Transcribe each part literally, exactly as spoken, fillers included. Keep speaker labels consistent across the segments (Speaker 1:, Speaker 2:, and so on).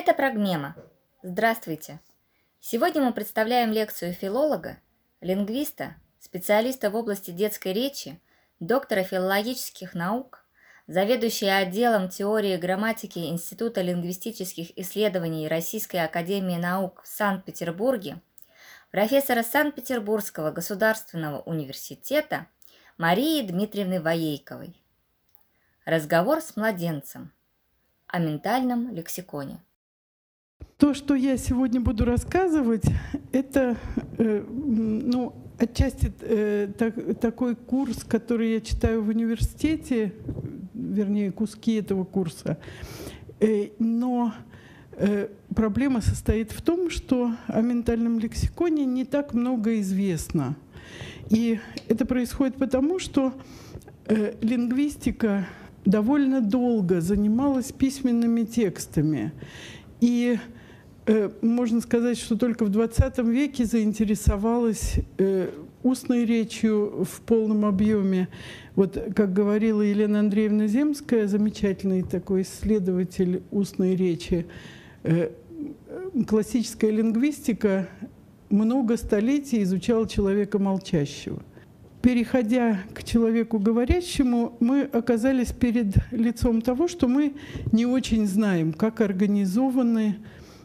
Speaker 1: Это Прогмема. Здравствуйте! Сегодня мы представляем лекцию филолога, лингвиста, специалиста в области детской речи, доктора филологических наук, заведующей отделом теории и грамматики Института лингвистических исследований Российской академии наук в Санкт-Петербурге, профессора Санкт-Петербургского государственного университета Марии Дмитриевны Воейковой. Разговор с младенцем о ментальном лексиконе.
Speaker 2: То, что я сегодня буду рассказывать, это э, ну, отчасти э, так, такой курс, который я читаю в университете, вернее, куски этого курса. Э, но э, проблема состоит в том, что о ментальном лексиконе не так много известно. И это происходит потому, что э, лингвистика довольно долго занималась письменными текстами. И можно сказать, что только в двадцатом веке заинтересовалась э, устной речью в полном объеме. Вот, как говорила Елена Андреевна Земская, замечательный такой исследователь устной речи, э, классическая лингвистика много столетий изучала человека молчащего. Переходя к человеку говорящему, мы оказались перед лицом того, что мы не очень знаем, как организованы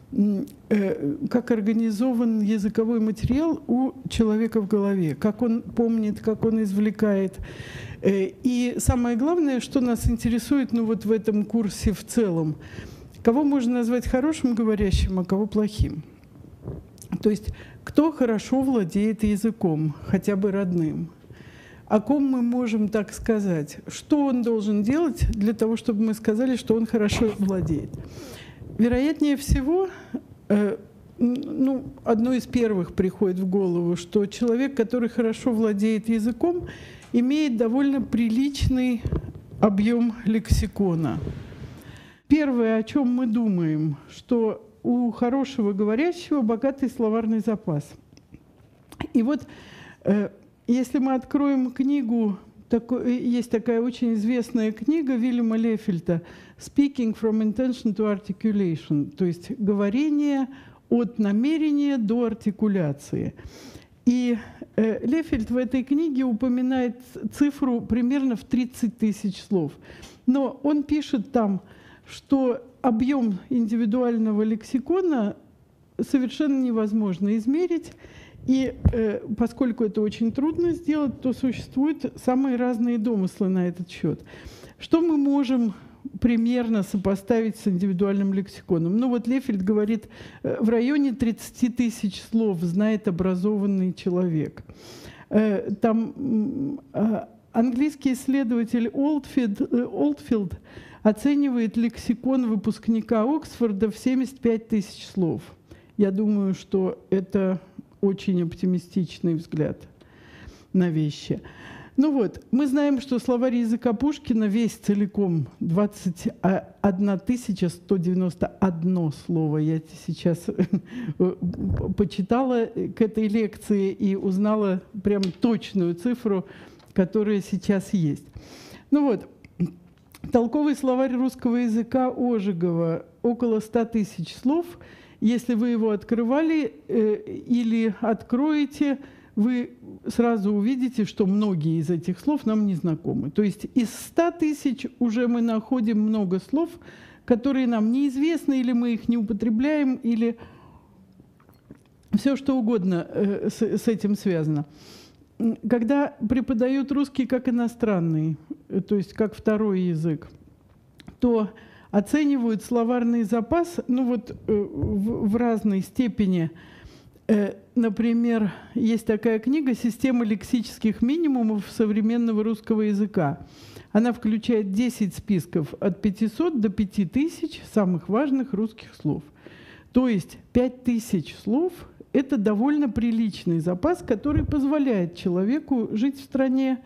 Speaker 2: как организован языковой материал у человека в голове, как он помнит, как он извлекает. И самое главное, что нас интересует ну, вот в этом курсе в целом, кого можно назвать хорошим говорящим, а кого плохим. То есть кто хорошо владеет языком, хотя бы родным. О ком мы можем так сказать? Что он должен делать для того, чтобы мы сказали, что он хорошо владеет? Вероятнее всего, э, ну, одно из первых приходит в голову, что человек, который хорошо владеет языком, имеет довольно приличный объем лексикона. Первое, о чем мы думаем, что у хорошего говорящего богатый словарный запас. И вот э, если мы откроем книгу, такой, есть такая очень известная книга Вильяма Лефельта «Speaking from intention to articulation», то есть говорение от намерения до артикуляции. И э, Лефельд в этой книге упоминает цифру примерно в тридцать тысяч слов. Но он пишет там, что объем индивидуального лексикона совершенно невозможно измерить. И э, поскольку это очень трудно сделать, то существуют самые разные домыслы на этот счет. Что мы можем примерно сопоставить с индивидуальным лексиконом? Ну вот Лефельд говорит, э, в районе тридцати тысяч слов знает образованный человек. Э, там э, английский исследователь Олдфилд, э, Олдфилд оценивает лексикон выпускника Оксфорда в семьдесят пять тысяч слов. Я думаю, что это очень оптимистичный взгляд на вещи. Ну вот, мы знаем, что словарь языка Пушкина весь целиком двадцать одна тысяча сто девяносто одно слово. Я сейчас почитала к этой лекции и узнала прям точную цифру, которая сейчас есть. Ну вот, толковый словарь русского языка Ожегова около ста тысяч слов. Если вы его открывали э, или откроете, вы сразу увидите, что многие из этих слов нам не знакомы. То есть из ста тысяч уже мы находим много слов, которые нам неизвестны, или мы их не употребляем, или все что угодно э, с, с этим связано. Когда преподают русский как иностранный, то есть как второй язык, то оценивают словарный запас ну вот, э, в, в разной степени. Э, например, есть такая книга «Система лексических минимумов современного русского языка». Она включает десять списков от пятисот до пяти тысяч самых важных русских слов. То есть пять тысяч слов – это довольно приличный запас, который позволяет человеку жить в стране,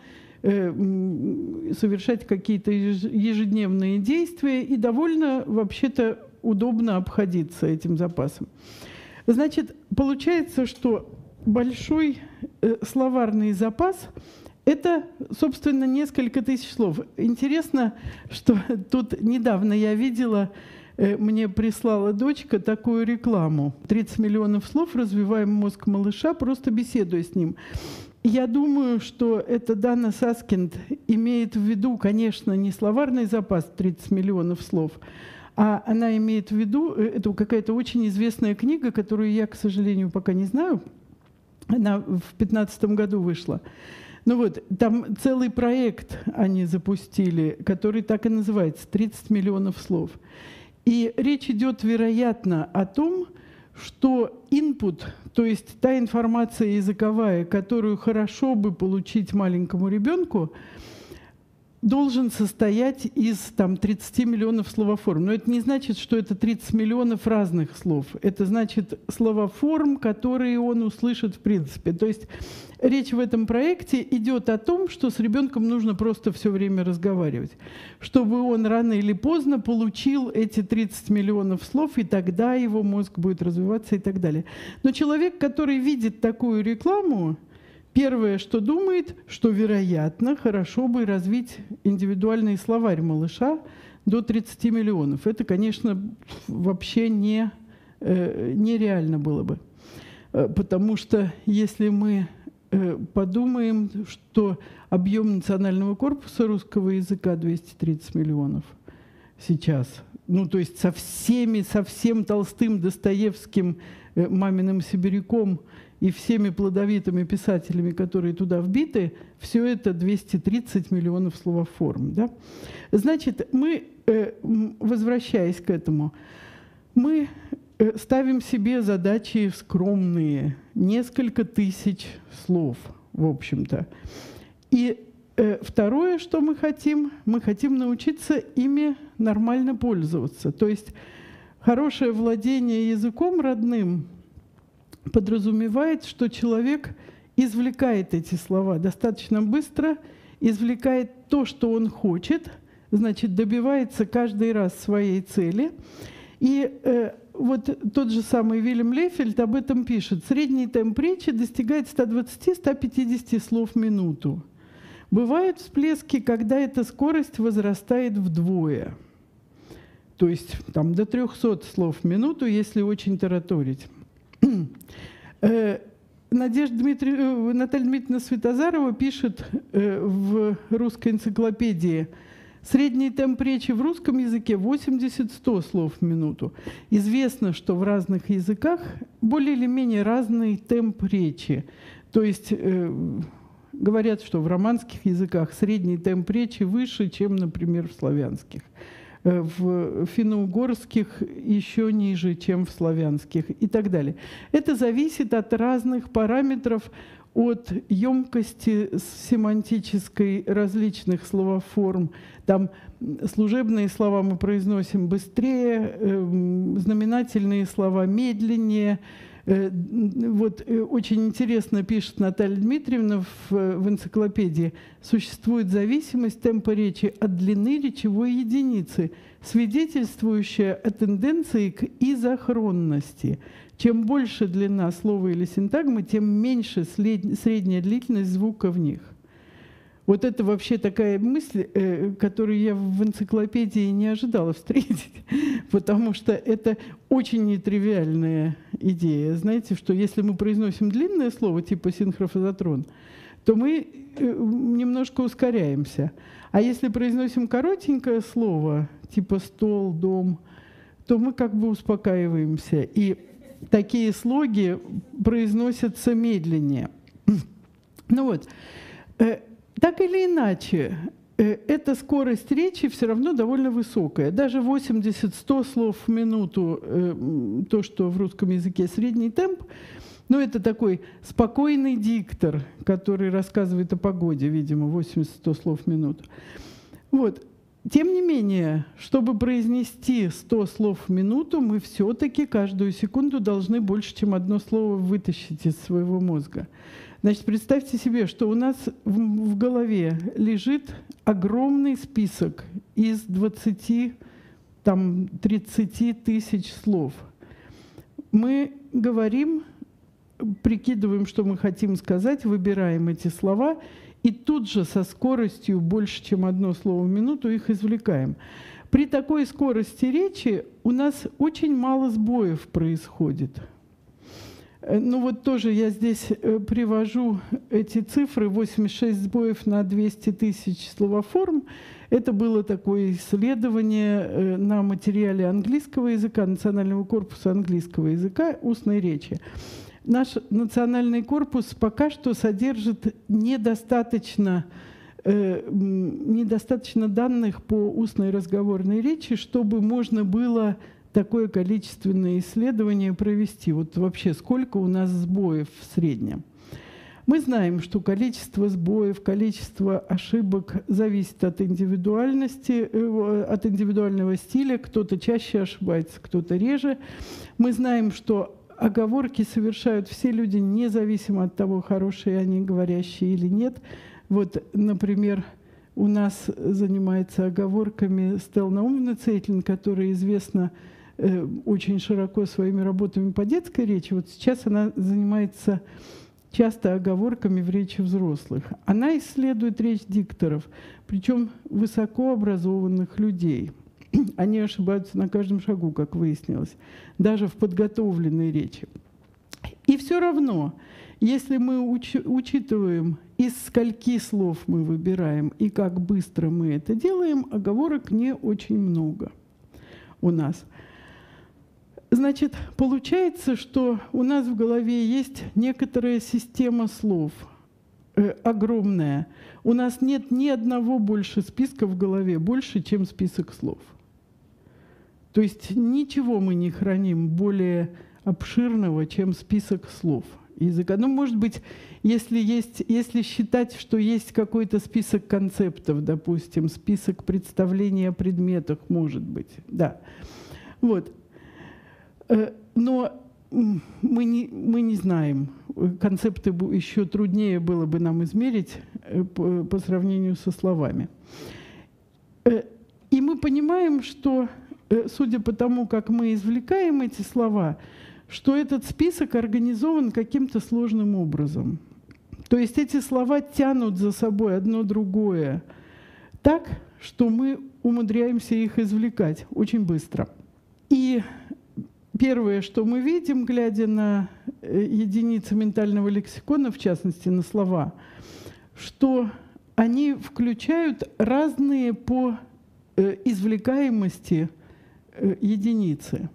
Speaker 2: совершать какие-то ежедневные действия и довольно, вообще-то, удобно обходиться этим запасом. Значит, получается, что большой словарный запас – это, собственно, несколько тысяч слов. Интересно, что тут недавно я видела мне прислала дочка такую рекламу. тридцать миллионов слов, развиваем мозг малыша, просто беседуя с ним. Я думаю, что это Дана Саскинд имеет в виду, конечно, не словарный запас тридцать миллионов слов, а она имеет в виду, это какая-то очень известная книга, которую я, к сожалению, пока не знаю, она в две тысячи пятнадцатом году вышла. Ну вот, там целый проект они запустили, который так и называется «тридцать миллионов слов». И речь идет, вероятно, о том, что input, то есть та информация языковая, которую хорошо бы получить маленькому ребенку, должен состоять из там, тридцати миллионов словоформ. Но это не значит, что это тридцать миллионов разных слов. Это значит словоформ, которые он услышит в принципе. То есть речь в этом проекте идет о том, что с ребенком нужно просто все время разговаривать, чтобы он рано или поздно получил эти тридцать миллионов слов, и тогда его мозг будет развиваться и так далее. Но человек, который видит такую рекламу, первое, что думает, что, вероятно, хорошо бы развить индивидуальный словарь малыша до тридцати миллионов. Это, конечно, вообще не, э, нереально было бы. Потому что если мы э, подумаем, что объем национального корпуса русского языка двести тридцать миллионов сейчас, ну, то есть со всеми, со всем Толстым, Достоевским, э, Маминым Сибиряком и всеми плодовитыми писателями, которые туда вбиты, все это двести тридцать миллионов словоформ. Да? Значит, мы, возвращаясь к этому, мы ставим себе задачи скромные, несколько тысяч слов, в общем-то. И второе, что мы хотим, мы хотим научиться ими нормально пользоваться. То есть хорошее владение языком родным подразумевает, что человек извлекает эти слова достаточно быстро, извлекает то, что он хочет, значит, добивается каждый раз своей цели. И э, вот тот же самый Вильям Лейфельд об этом пишет. Средний темп речи достигает ста двадцати — ста пятидесяти слов в минуту. Бывают всплески, когда эта скорость возрастает вдвое. То есть там, до трёхсот слов в минуту, если очень тараторить. Надежда Дмитри... Наталья Дмитриевна Светозарова пишет в русской энциклопедии: средний темп речи в русском языке восемьдесят — сто слов в минуту. Известно, что в разных языках более или менее разный темп речи. То есть э, говорят, что в романских языках средний темп речи выше, чем, например, в славянских. В финно-угорских еще ниже, чем в славянских и так далее. Это зависит от разных параметров, от емкости семантической различных словоформ. Там служебные слова мы произносим быстрее, знаменательные слова медленнее. Вот очень интересно пишет Наталья Дмитриевна в, в энциклопедии: существует зависимость темпа речи от длины речевой единицы, свидетельствующая о тенденции к изохронности. Чем больше длина слова или синтагмы, тем меньше средняя длительность звука в них. Вот это вообще такая мысль, которую я в энциклопедии не ожидала встретить, потому что это очень нетривиальная идея. Знаете, что если мы произносим длинное слово типа синхрофазотрон, то мы немножко ускоряемся. А если произносим коротенькое слово типа стол, дом, то мы как бы успокаиваемся. И такие слоги произносятся медленнее. Ну вот. Так или иначе, эта скорость речи все равно довольно высокая. Даже восемьдесят — сто слов в минуту, то, что в русском языке средний темп, ну, это такой спокойный диктор, который рассказывает о погоде, видимо, восемьдесят — сто слов в минуту. Вот. Тем не менее, чтобы произнести сто слов в минуту, мы все-таки каждую секунду должны больше, чем одно слово вытащить из своего мозга. Значит, представьте себе, что у нас в, в голове лежит огромный список из двадцати, там, тридцати тысяч слов. Мы говорим, прикидываем, что мы хотим сказать, выбираем эти слова, и тут же со скоростью больше, чем одно слово в минуту, их извлекаем. При такой скорости речи у нас очень мало сбоев происходит. Ну вот тоже я здесь привожу эти цифры, восемьдесят шесть сбоев на двести тысяч словоформ. Это было такое исследование на материале английского языка, Национального корпуса английского языка устной речи. Наш национальный корпус пока что содержит недостаточно, э, недостаточно данных по устной разговорной речи, чтобы можно было такое количественное исследование провести. Вот вообще сколько у нас сбоев в среднем. Мы знаем, что количество сбоев, количество ошибок зависит от индивидуальности, от индивидуального стиля. Кто-то чаще ошибается, кто-то реже. Мы знаем, что оговорки совершают все люди, независимо от того, хорошие они говорящие или нет. Вот, например, у нас занимается оговорками Стелла Наумовна Цейтлин, которая известна э, очень широко своими работами по детской речи. Вот сейчас она занимается часто оговорками в речи взрослых. Она исследует речь дикторов, причем высокообразованных людей. Они ошибаются на каждом шагу, как выяснилось, даже в подготовленной речи. И все равно, если мы уч учитываем, из скольки слов мы выбираем и как быстро мы это делаем, оговорок не очень много у нас. Значит, получается, что у нас в голове есть некоторая система слов, э, огромная. У нас нет ни одного больше списка в голове, больше, чем список слов. То есть ничего мы не храним более обширного, чем список слов языка. Ну, может быть, если, есть, если считать, что есть какой-то список концептов, допустим, список представлений о предметах, может быть, да. Вот. Но мы не, мы не знаем. Концепты еще труднее было бы нам измерить по, по сравнению со словами. И мы понимаем, что, судя по тому, как мы извлекаем эти слова, что этот список организован каким-то сложным образом. То есть эти слова тянут за собой одно другое так, что мы умудряемся их извлекать очень быстро. И первое, что мы видим, глядя на единицы ментального лексикона, в частности на слова, что они включают разные по извлекаемости единицы.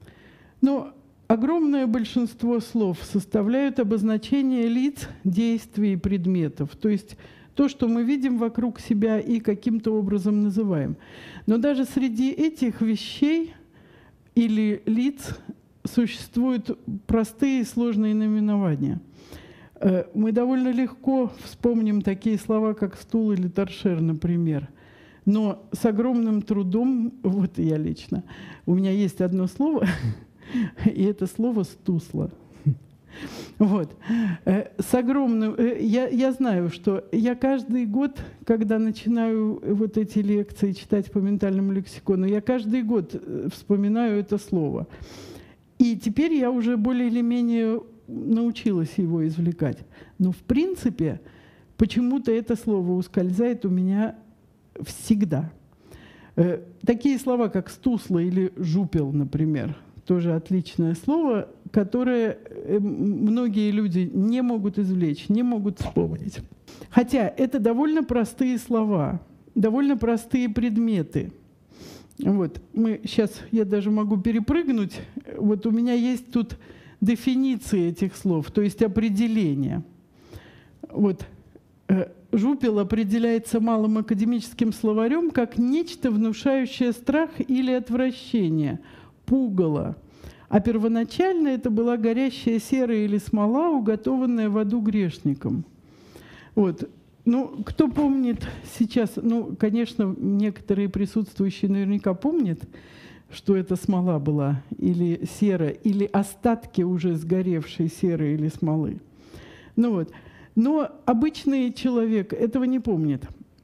Speaker 2: Но огромное большинство слов составляют обозначения лиц, действий и предметов. То есть то, что мы видим вокруг себя и каким-то образом называем. Но даже среди этих вещей или лиц существуют простые и сложные наименования. Мы довольно легко вспомним такие слова, как стул или торшер, например. Но с огромным трудом, вот я лично, у меня есть одно слово, и это слово «стусло». Вот. С огромным... Я, я знаю, что я каждый год, когда начинаю вот эти лекции читать по ментальному лексикону, я каждый год вспоминаю это слово. И теперь я уже более или менее научилась его извлекать. Но в принципе почему-то это слово ускользает у меня всегда. Такие слова, как «стусло» или «жупел», например, тоже отличное слово, которое многие люди не могут извлечь, не могут вспомнить. Хотя это довольно простые слова, довольно простые предметы. Вот. Мы, сейчас я даже могу перепрыгнуть. Вот у меня есть тут дефиниции этих слов, то есть определения. Вот. Жупел определяется малым академическим словарем как нечто, внушающее страх или отвращение, пугало. А первоначально это была горящая сера или смола, уготованная в аду грешникам. Вот. Ну, кто помнит сейчас, ну, конечно, некоторые присутствующие наверняка помнят, что это смола была, или сера, или остатки уже сгоревшей серы или смолы. Ну вот. Но обычный человек этого не помнит.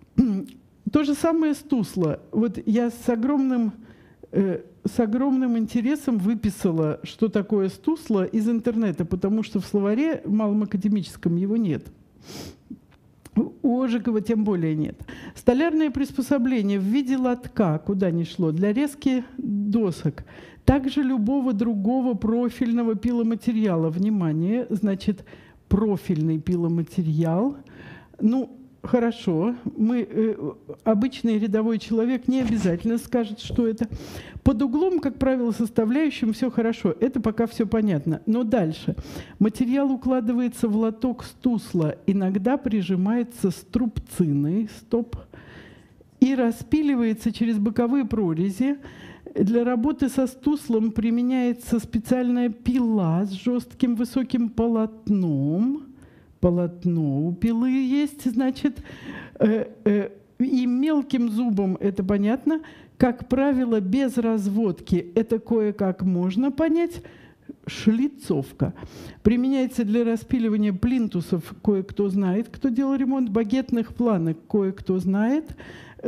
Speaker 2: То же самое с тусло. Вот я с огромным, э, с огромным интересом выписала, что такое стусло из интернета, потому что в словаре малом академическом его нет. У Ожегова тем более нет. Столярное приспособление в виде лотка, куда ни шло, для резки досок. Также любого другого профильного пиломатериала. Внимание, значит, профильный пиломатериал. Ну, хорошо, мы, э, обычный рядовой человек не обязательно скажет, что это. Под углом, как правило, составляющим все хорошо. Это пока все понятно. Но дальше. Материал укладывается в лоток стусла, иногда прижимается струбциной, стоп, и распиливается через боковые прорези. Для работы со стуслом применяется специальная пила с жестким высоким полотном. Полотно у пилы есть, значит, э, э, и мелким зубом, это понятно, как правило, без разводки, это кое-как можно понять, шлицовка. Применяется для распиливания плинтусов, кое-кто знает, кто делал ремонт, багетных планок, кое-кто знает,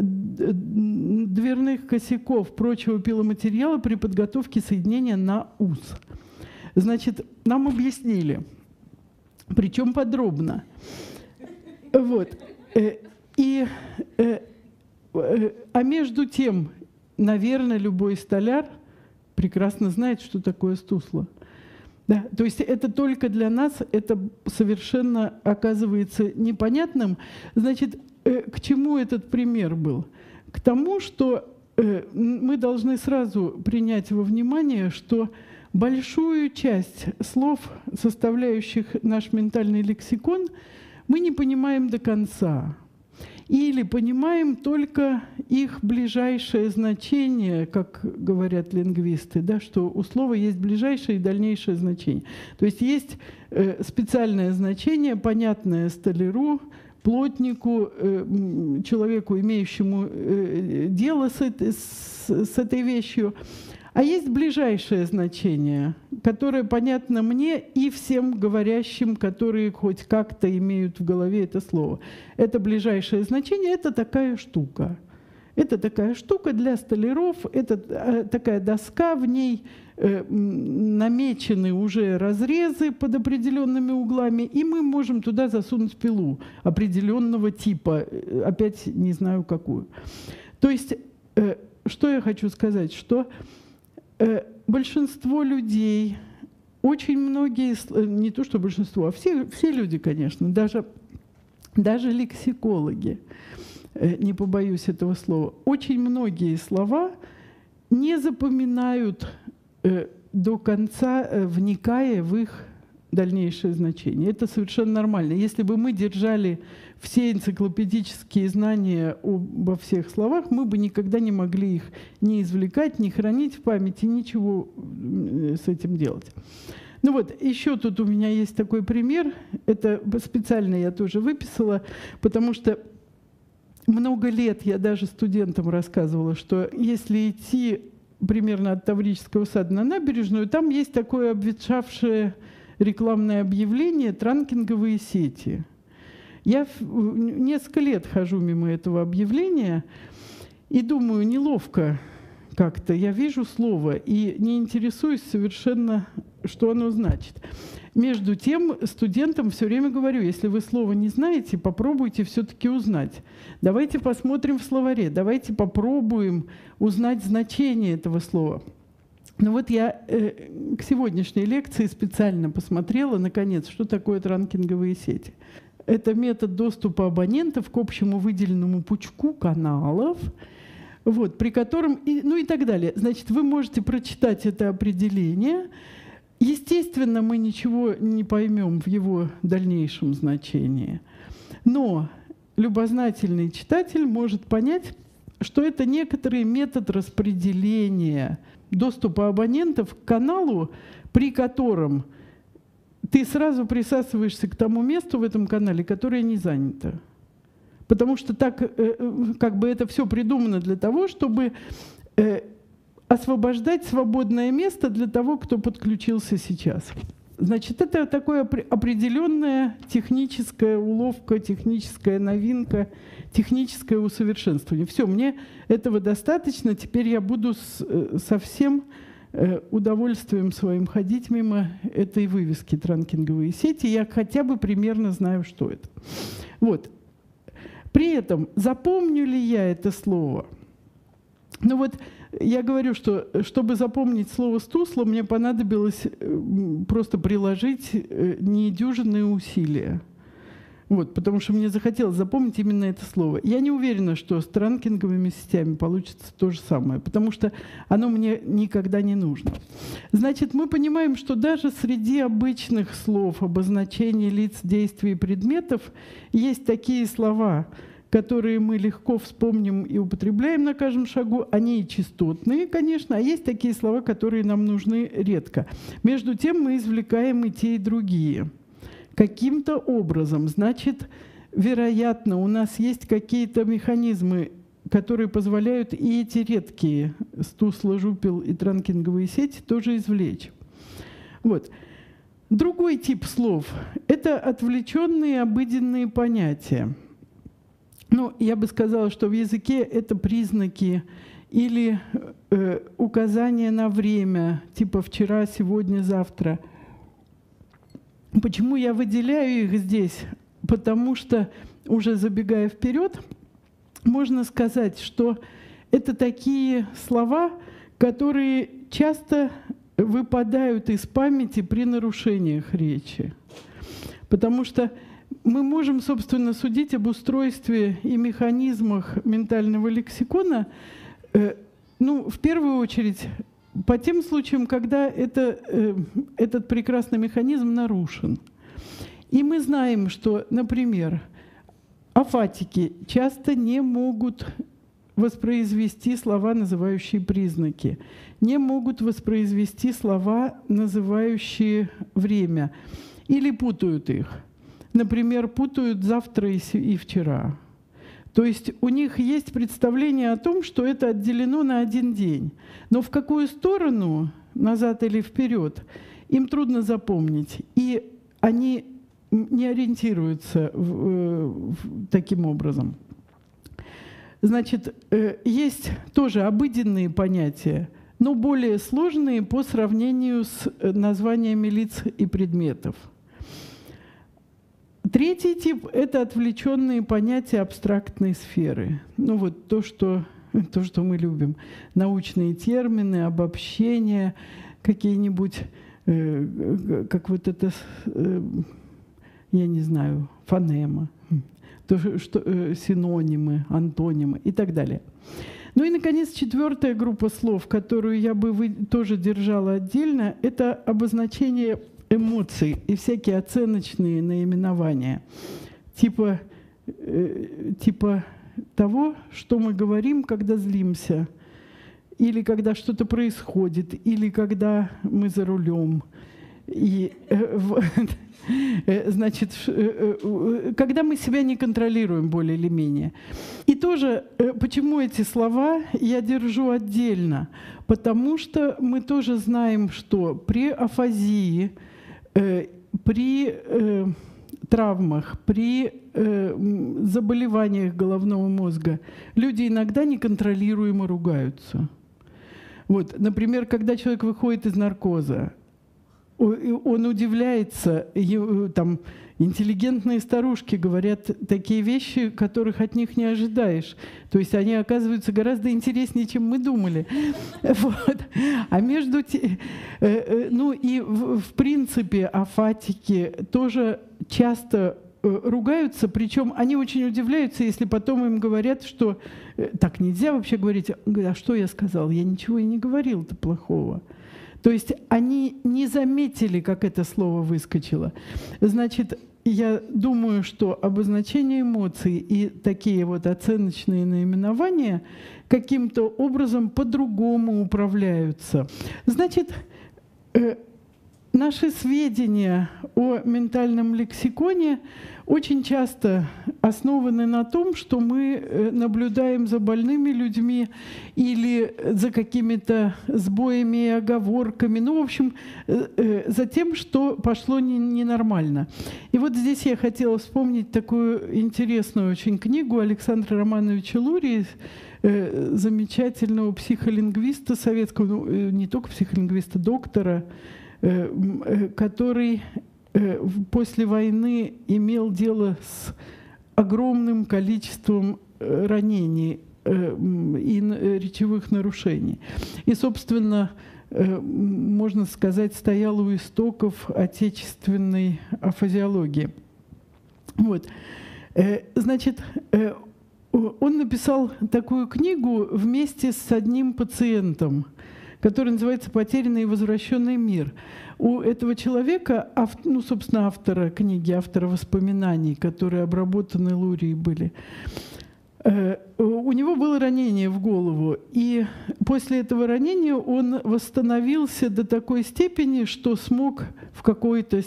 Speaker 2: дверных косяков, прочего пиломатериала при подготовке соединения на ус. Значит, нам объяснили, причем подробно. Вот. И, а между тем, наверное, любой столяр прекрасно знает, что такое стусло. Да, то есть это только для нас, это совершенно оказывается непонятным. Значит, к чему этот пример был? К тому, что мы должны сразу принять во внимание, что большую часть слов, составляющих наш ментальный лексикон, мы не понимаем до конца. Или понимаем только их ближайшее значение, как говорят лингвисты, да, что у слова есть ближайшее и дальнейшее значение. То есть есть э, специальное значение, понятное столяру, плотнику, э, человеку, имеющему э, дело с, этой, с, с этой вещью. А есть ближайшее значение, которое понятно мне и всем говорящим, которые хоть как-то имеют в голове это слово. Это ближайшее значение – это такая штука. Это такая штука для столяров, это такая доска, в ней э, намечены уже разрезы под определенными углами, и мы можем туда засунуть пилу определенного типа, опять не знаю какую. То есть, э, что я хочу сказать, что большинство людей, очень многие, не то что большинство, а все, все люди, конечно, даже, даже лексикологи, не побоюсь этого слова, очень многие слова не запоминают до конца, вникая в их дальнейшее значение. Это совершенно нормально. Если бы мы держали все энциклопедические знания обо всех словах, мы бы никогда не могли их ни извлекать, ни хранить в памяти, ничего с этим делать. Ну вот, еще тут у меня есть такой пример. Это специально я тоже выписала, потому что много лет я даже студентам рассказывала, что если идти примерно от Таврического сада на набережную, там есть такое обветшавшее рекламное объявление «Транкинговые сети». Я несколько лет хожу мимо этого объявления и думаю, неловко как-то. Я вижу слово и не интересуюсь совершенно, что оно значит. Между тем, студентам все время говорю, если вы слово не знаете, попробуйте все-таки узнать. Давайте посмотрим в словаре, давайте попробуем узнать значение этого слова. Ну вот я э, к сегодняшней лекции специально посмотрела, наконец, что такое транкинговые сети. Это метод доступа абонентов к общему выделенному пучку каналов, вот, при котором, и, ну и так далее. Значит, вы можете прочитать это определение. Естественно, мы ничего не поймем в его дальнейшем значении. Но любознательный читатель может понять, что это некоторый метод распределения доступа абонентов к каналу, при котором ты сразу присасываешься к тому месту в этом канале, которое не занято. Потому что так, как бы это все придумано для того, чтобы освобождать свободное место для того, кто подключился сейчас. Значит, это такая определенная техническая уловка, техническая новинка, техническое усовершенствование. Все, мне этого достаточно. Теперь я буду с, со всем удовольствием своим ходить мимо этой вывески «Транкинговые сети». Я хотя бы примерно знаю, что это. Вот. При этом запомню ли я это слово? Ну вот я говорю, что чтобы запомнить слово «стусло», мне понадобилось просто приложить недюжинные усилия. Вот, потому что мне захотелось запомнить именно это слово. Я не уверена, что с транкинговыми сетями получится то же самое, потому что оно мне никогда не нужно. Значит, мы понимаем, что даже среди обычных слов, обозначений лиц, действий и предметов есть такие слова, которые мы легко вспомним и употребляем на каждом шагу. Они и частотные, конечно, а есть такие слова, которые нам нужны редко. Между тем мы извлекаем и те, и другие. Каким-то образом, значит, вероятно, у нас есть какие-то механизмы, которые позволяют и эти редкие стусло, жупел и транкинговые сети тоже извлечь. Вот. Другой тип слов – это отвлеченные обыденные понятия. Ну, я бы сказала, что в языке это признаки или э, указания на время, типа вчера, сегодня, завтра. Почему я выделяю их здесь? Потому что, уже забегая вперед, можно сказать, что это такие слова, которые часто выпадают из памяти при нарушениях речи. Потому что мы можем, собственно, судить об устройстве и механизмах ментального лексикона, э, ну, в первую очередь, по тем случаям, когда это, э, этот прекрасный механизм нарушен. И мы знаем, что, например, афатики часто не могут воспроизвести слова, называющие признаки, не могут воспроизвести слова, называющие время, или путают их. Например, путают завтра и вчера. То есть у них есть представление о том, что это отделено на один день. Но в какую сторону, назад или вперед, им трудно запомнить. И они не ориентируются в, в, таким образом. Значит, есть тоже обыденные понятия, но более сложные по сравнению с названиями лиц и предметов. Третий тип – это отвлеченные понятия абстрактной сферы. Ну вот то, что, то, что мы любим. Научные термины, обобщения, какие-нибудь, э, как вот это, э, я не знаю, фонема, то, что, э, синонимы, антонимы и так далее. Ну и, наконец, четвертая группа слов, которую я бы вы, тоже держала отдельно, это обозначение эмоций и всякие оценочные наименования, типа, э, типа того, что мы говорим, когда злимся, или когда что-то происходит, или когда мы за рулем. И, э, вот, э, значит, э, э, когда мы себя не контролируем более или менее. И тоже, э, почему эти слова я держу отдельно? Потому что мы тоже знаем, что при афазии, при э, травмах, при э, заболеваниях головного мозга люди иногда неконтролируемо ругаются. Вот, например, когда человек выходит из наркоза, он удивляется, там, интеллигентные старушки говорят такие вещи, которых от них не ожидаешь. То есть они оказываются гораздо интереснее, чем мы думали. Вот. А между тем, ну и в, в принципе афатики тоже часто ругаются, причем они очень удивляются, если потом им говорят, что так нельзя вообще говорить. А что я сказал? Я ничего и не говорил-то плохого. То есть они не заметили, как это слово выскочило. Значит, я думаю, что обозначение эмоций и такие вот оценочные наименования каким-то образом по-другому управляются. Значит, э, наши сведения о ментальном лексиконе очень часто основаны на том, что мы наблюдаем за больными людьми или за какими-то сбоями и оговорками, ну, в общем, за тем, что пошло ненормально. И вот здесь я хотела вспомнить такую интересную очень книгу Александра Романовича Лурии, замечательного психолингвиста советского, ну, не только психолингвиста, доктора, который после войны имел дело с огромным количеством ранений и речевых нарушений. И, собственно, можно сказать, стоял у истоков отечественной афазиологии. Вот. Значит, он написал такую книгу вместе с одним пациентом, который называется «Потерянный и возвращенный мир». У этого человека, ну, собственно, автора книги, автора воспоминаний, которые обработаны Лурией были, у него было ранение в голову, и после этого ранения он восстановился до такой степени, что смог в какой-то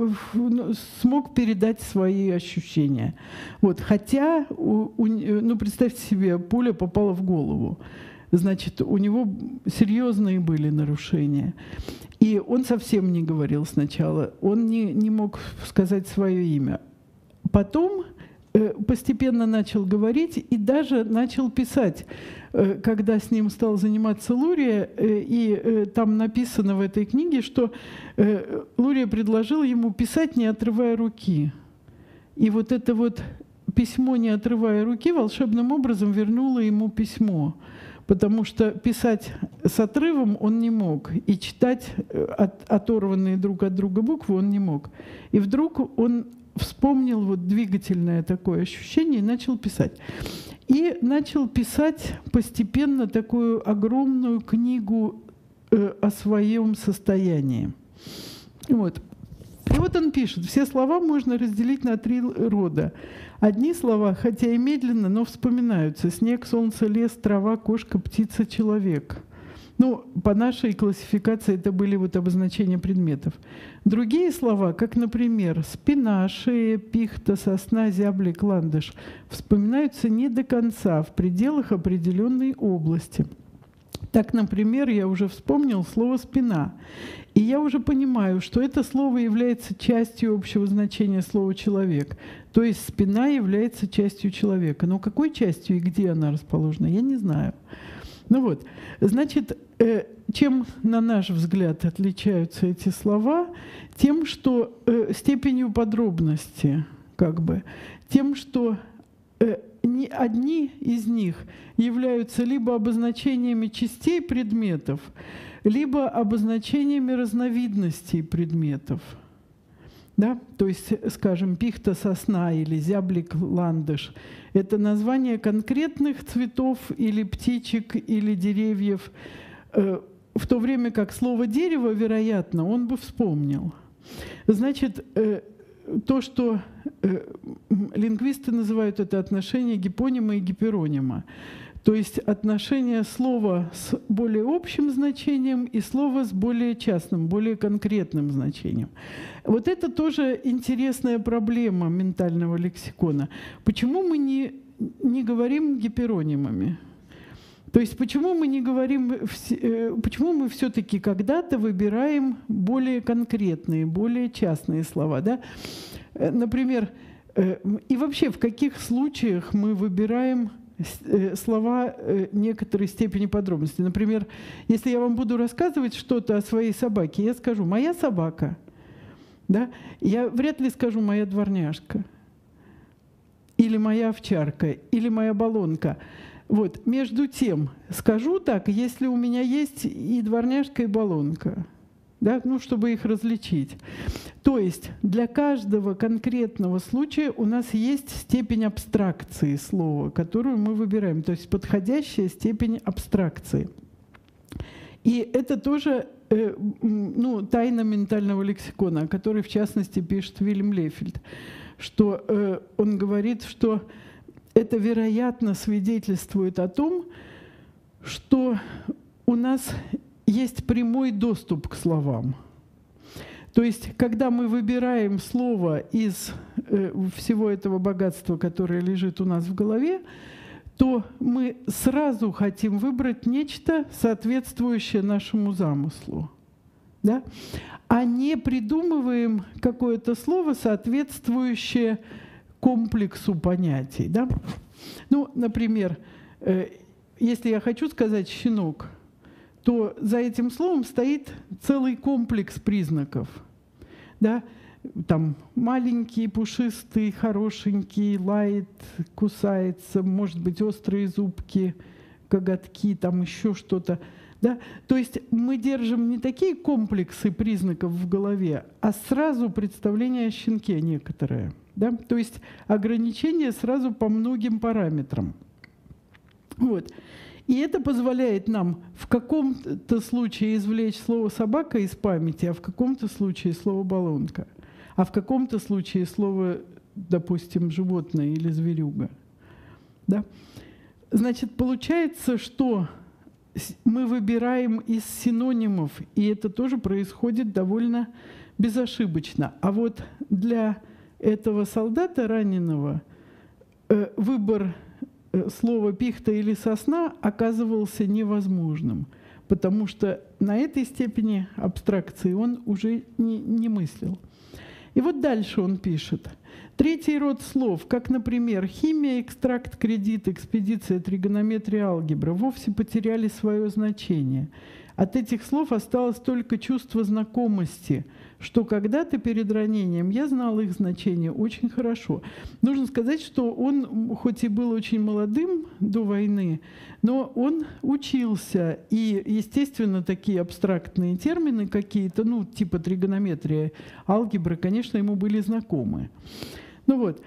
Speaker 2: смог передать свои ощущения. Вот. Хотя, ну, представьте себе, пуля попала в голову. Значит, у него серьезные были нарушения. И он совсем не говорил сначала, он не, не мог сказать свое имя. Потом постепенно начал говорить и даже начал писать, когда с ним стал заниматься Лурия, и там написано в этой книге, что Лурия предложил ему писать, не отрывая руки. И вот это вот письмо, не отрывая руки, волшебным образом вернуло ему письмо, потому что писать с отрывом он не мог, и читать от, оторванные друг от друга буквы он не мог. И вдруг он вспомнил вот двигательное такое ощущение и начал писать. И начал писать постепенно такую огромную книгу э, о своем состоянии. Вот. И вот он пишет, все слова можно разделить на три рода. Одни слова, хотя и медленно, но вспоминаются. Снег, солнце, лес, трава, кошка, птица, человек. Ну, по нашей классификации это были вот обозначения предметов. Другие слова, как, например, спина, шея, пихта, сосна, зяблик, ландыш, вспоминаются не до конца, в пределах определенной области. Так, например, я уже вспомнил слово «спина». И я уже понимаю, что это слово является частью общего значения слова «человек». То есть спина является частью человека. Но какой частью и где она расположена, я не знаю. Ну вот, значит, э, чем, на наш взгляд, отличаются эти слова? Тем, что э, степенью подробности, как бы, тем, что э, не одни из них являются либо обозначениями частей предметов, либо обозначениями разновидностей предметов. Да? То есть, скажем, пихта, сосна или зяблик, ландыш – это название конкретных цветов или птичек, или деревьев, в то время как слово «дерево», вероятно, он бы вспомнил. Значит, то, что лингвисты называют это отношение гипонима и гиперонима. То есть отношение слова с более общим значением и слова с более частным, более конкретным значением. Вот это тоже интересная проблема ментального лексикона. Почему мы не, не говорим гиперонимами? То есть почему мы не говорим, почему мы все-таки когда-то выбираем более конкретные, более частные слова? Да? Например, и вообще в каких случаях мы выбираем слова некоторой степени подробности. Например, если я вам буду рассказывать что-то о своей собаке, я скажу «моя собака». Да? Я вряд ли скажу «моя дворняжка», или «моя овчарка», или «моя баллонка». Вот. Между тем, скажу так, если у меня есть и дворняжка, и баллонка, да, ну, чтобы их различить. То есть для каждого конкретного случая у нас есть степень абстракции слова, которую мы выбираем, то есть подходящая степень абстракции. И это тоже э, ну, тайна ментального лексикона, о которой, в частности, пишет Вильям Лефельд, что э, он говорит, что это, вероятно, свидетельствует о том, что у нас есть прямой доступ к словам. То есть, когда мы выбираем слово из э, всего этого богатства, которое лежит у нас в голове, то мы сразу хотим выбрать нечто, соответствующее нашему замыслу. Да? А не придумываем какое-то слово, соответствующее комплексу понятий. Да? Ну, например, э, если я хочу сказать «щенок», то за этим словом стоит целый комплекс признаков. Да? там маленький, пушистый, хорошенький, лает, кусается, может быть, острые зубки, коготки, там еще что-то. Да? То есть мы держим не такие комплексы признаков в голове, а сразу представление о щенке некоторое. Да? То есть ограничения сразу по многим параметрам. Вот. И это позволяет нам в каком-то случае извлечь слово «собака» из памяти, а в каком-то случае слово «баллонка», а в каком-то случае слово, допустим, «животное» или «зверюга». Да? Значит, получается, что мы выбираем из синонимов, и это тоже происходит довольно безошибочно. А вот для этого солдата раненого выбор слова «пихта» или «сосна» оказывался невозможным, потому что на этой степени абстракции он уже не, не мыслил. И вот дальше он пишет. Третий род слов, как, например, химия, экстракт, кредит, экспедиция, тригонометрия, алгебра, вовсе потеряли свое значение. От этих слов осталось только чувство знакомости, что когда-то перед ранением я знал их значение очень хорошо. Нужно сказать, что он, хоть и был очень молодым до войны, но он учился, и, естественно, такие абстрактные термины какие-то, ну, типа тригонометрия, алгебра, конечно, ему были знакомы. Ну вот.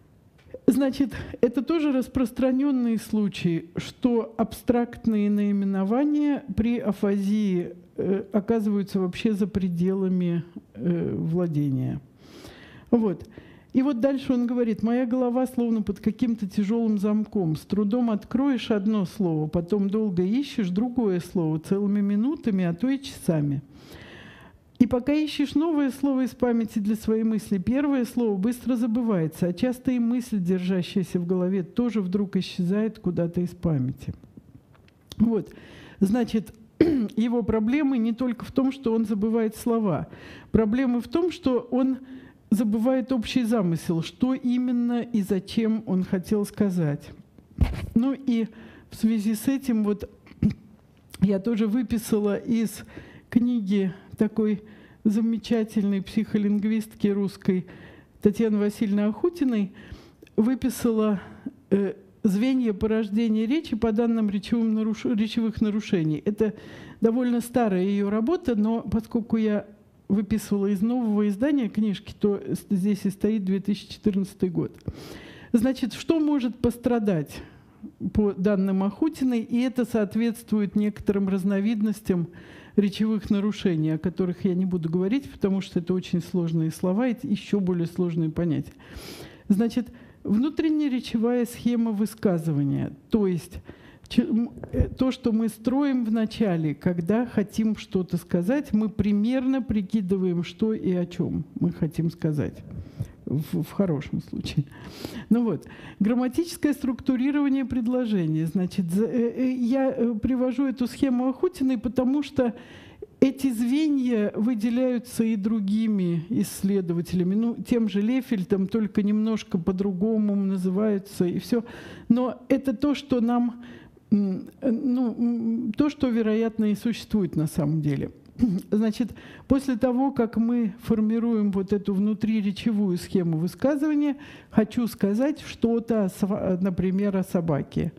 Speaker 2: Значит, это тоже распространенный случай, что абстрактные наименования при афазии э, оказываются вообще за пределами э, владения. Вот. И вот дальше он говорит: «Моя голова словно под каким-то тяжелым замком. С трудом откроешь одно слово, потом долго ищешь другое слово, целыми минутами, а то и часами. И пока ищешь новое слово из памяти для своей мысли, первое слово быстро забывается, а часто и мысль, держащаяся в голове, тоже вдруг исчезает куда-то из памяти». Вот. Значит, его проблемы не только в том, что он забывает слова. Проблемы в том, что он забывает общий замысел, что именно и зачем он хотел сказать. Ну и в связи с этим вот я тоже выписала из книги такой замечательной психолингвистки русской Татьяны Васильевны Ахутиной, выписала э, звенья порождения речи по данным речевым наруш... речевых нарушений. Это довольно старая ее работа, но поскольку я выписывала из нового издания книжки, то здесь и стоит две тысячи четырнадцатый год. Значит, что может пострадать по данным Ахутиной, и это соответствует некоторым разновидностям речевых нарушений, о которых я не буду говорить, потому что это очень сложные слова и еще более сложные понятия. Значит, внутренняя речевая схема высказывания, то есть то, что мы строим в начале, когда хотим что-то сказать, мы примерно прикидываем, что и о чем мы хотим сказать. В, в хорошем случае. Ну вот, грамматическое структурирование предложения. Значит, я привожу эту схему Ахутиной, потому что эти звенья выделяются и другими исследователями, ну, тем же Лефельтом, только немножко по-другому называются, и все. Но это то, что нам, ну, то, что, вероятно, и существует на самом деле. Значит, после того, как мы формируем вот эту внутриречевую схему высказывания, хочу сказать что-то, например, о собаке.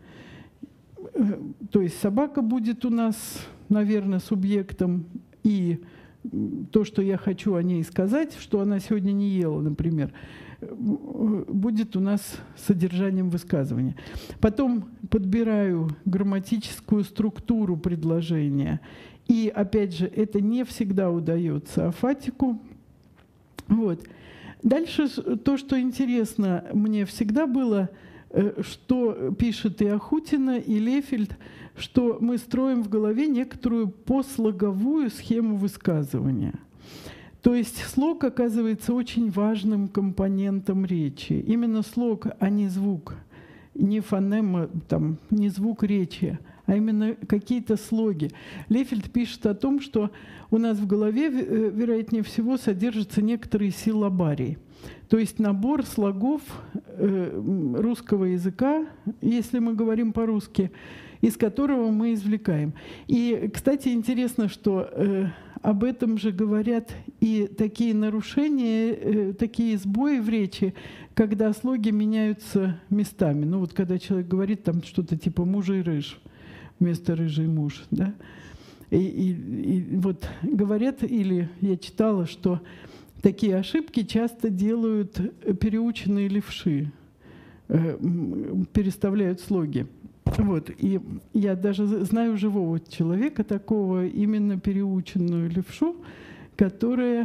Speaker 2: То есть собака будет у нас, наверное, субъектом, и то, что я хочу о ней сказать, что она сегодня не ела, например, будет у нас содержанием высказывания. Потом подбираю грамматическую структуру предложения. И, опять же, это не всегда удается афатику. Вот. Дальше то, что интересно мне всегда было, что пишет и Ахутина, и Лефельд, что мы строим в голове некоторую послоговую схему высказывания. То есть слог оказывается очень важным компонентом речи. Именно слог, а не звук. Не фонема, там, не звук речи, а именно какие-то слоги. Лефельд пишет о том, что у нас в голове, вероятнее всего, содержится некоторый силлабарий, то есть набор слогов русского языка, если мы говорим по-русски, из которого мы извлекаем. И, кстати, интересно, что об этом же говорят и такие нарушения, такие сбои в речи, когда слоги меняются местами. Ну вот когда человек говорит там что-то типа «мужий рыж» вместо «рыжий муж». Да? И, и, и вот говорят, или я читала, что такие ошибки часто делают переученные левши, переставляют слоги. Вот. И я даже знаю живого человека такого, именно переученную левшу, которая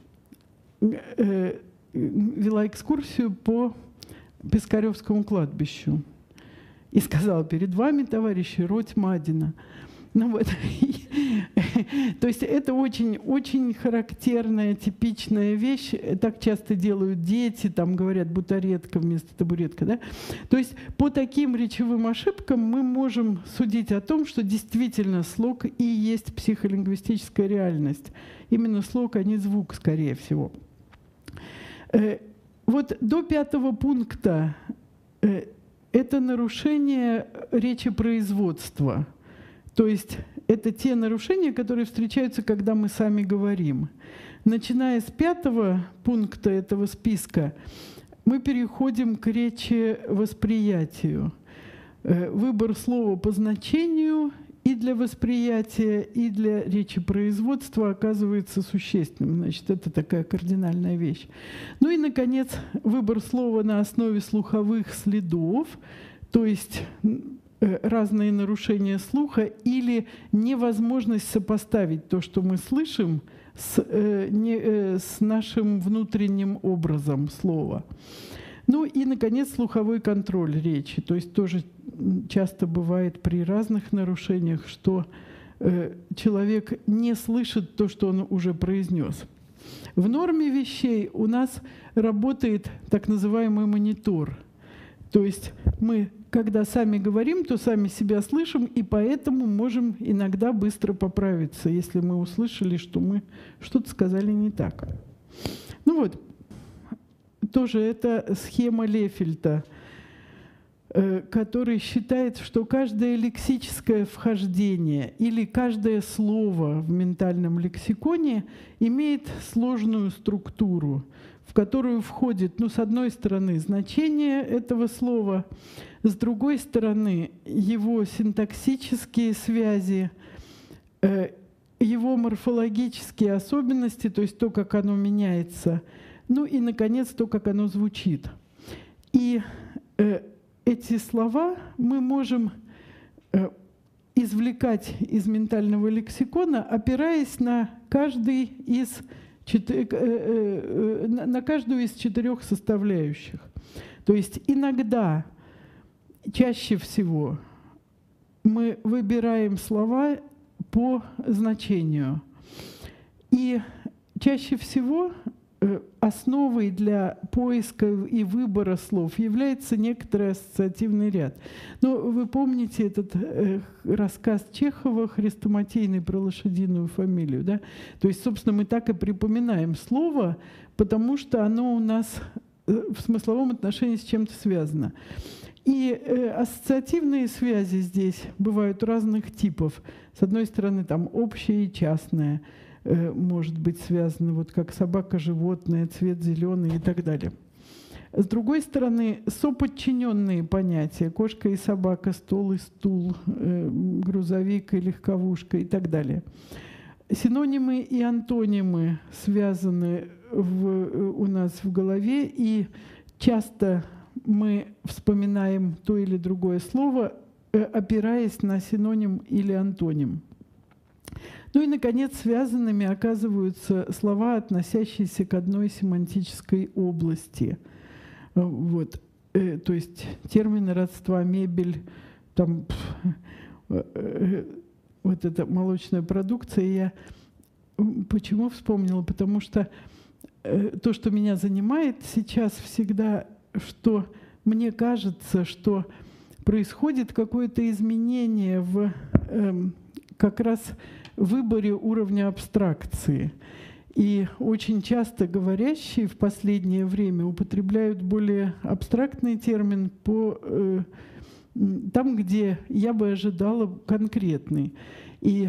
Speaker 2: э, вела экскурсию по Пискаревскому кладбищу. И сказала: перед вами, товарищи, роть Мадина. Ну вот. То есть это очень, очень характерная, типичная вещь. Так часто делают дети, там говорят бутаретка вместо табуретка. Да? То есть по таким речевым ошибкам мы можем судить о том, что действительно слог и есть психолингвистическая реальность. Именно слог, а не звук, скорее всего. Вот до пятого пункта это нарушение речепроизводства. То есть это те нарушения, которые встречаются, когда мы сами говорим. Начиная с пятого пункта этого списка, мы переходим к речевосприятию. Выбор слова по значению и для восприятия, и для речепроизводства оказывается существенным. Значит, это такая кардинальная вещь. Ну и, наконец, выбор слова на основе слуховых следов, то есть разные нарушения слуха или невозможность сопоставить то, что мы слышим, с, э, не, э, с нашим внутренним образом слова. Ну и, наконец, слуховой контроль речи. То есть тоже часто бывает при разных нарушениях, что э, человек не слышит то, что он уже произнес. В норме вещей у нас работает так называемый монитор. То есть мы, когда сами говорим, то сами себя слышим, и поэтому можем иногда быстро поправиться, если мы услышали, что мы что-то сказали не так. Ну вот, тоже это схема Лефельта, который считает, что каждое лексическое вхождение или каждое слово в ментальном лексиконе имеет сложную структуру, в которую входит, ну, с одной стороны, значение этого слова, с другой стороны, его синтаксические связи, его морфологические особенности, то есть то, как оно меняется, ну и, наконец, то, как оно звучит. И эти слова мы можем извлекать из ментального лексикона, опираясь на каждый из на каждую из четырех составляющих. То есть иногда, чаще всего, мы выбираем слова по значению. И чаще всего основой для поиска и выбора слов является некоторый ассоциативный ряд. Но вы помните этот э, рассказ Чехова «Хрестоматийный» про лошадиную фамилию, да? То есть, собственно, мы так и припоминаем слово, потому что оно у нас э, в смысловом отношении с чем-то связано. И э, ассоциативные связи здесь бывают разных типов. С одной стороны, там общее и частное может быть связано, вот как собака, животное, цвет зеленый и так далее. С другой стороны, соподчиненные понятия: кошка и собака, стол и стул, грузовик и легковушка и так далее. Синонимы и антонимы связаны в, у нас в голове, и часто мы вспоминаем то или другое слово, опираясь на синоним или антоним. Ну и, наконец, связанными оказываются слова, относящиеся к одной семантической области. Вот. То есть термины родства, мебель, там, вот эта молочная продукция. Я почему вспомнила? Потому что то, что меня занимает сейчас всегда, что мне кажется, что происходит какое-то изменение в как раз выборе уровня абстракции. И очень часто говорящие в последнее время употребляют более абстрактный термин по, э, там, где я бы ожидала конкретный. И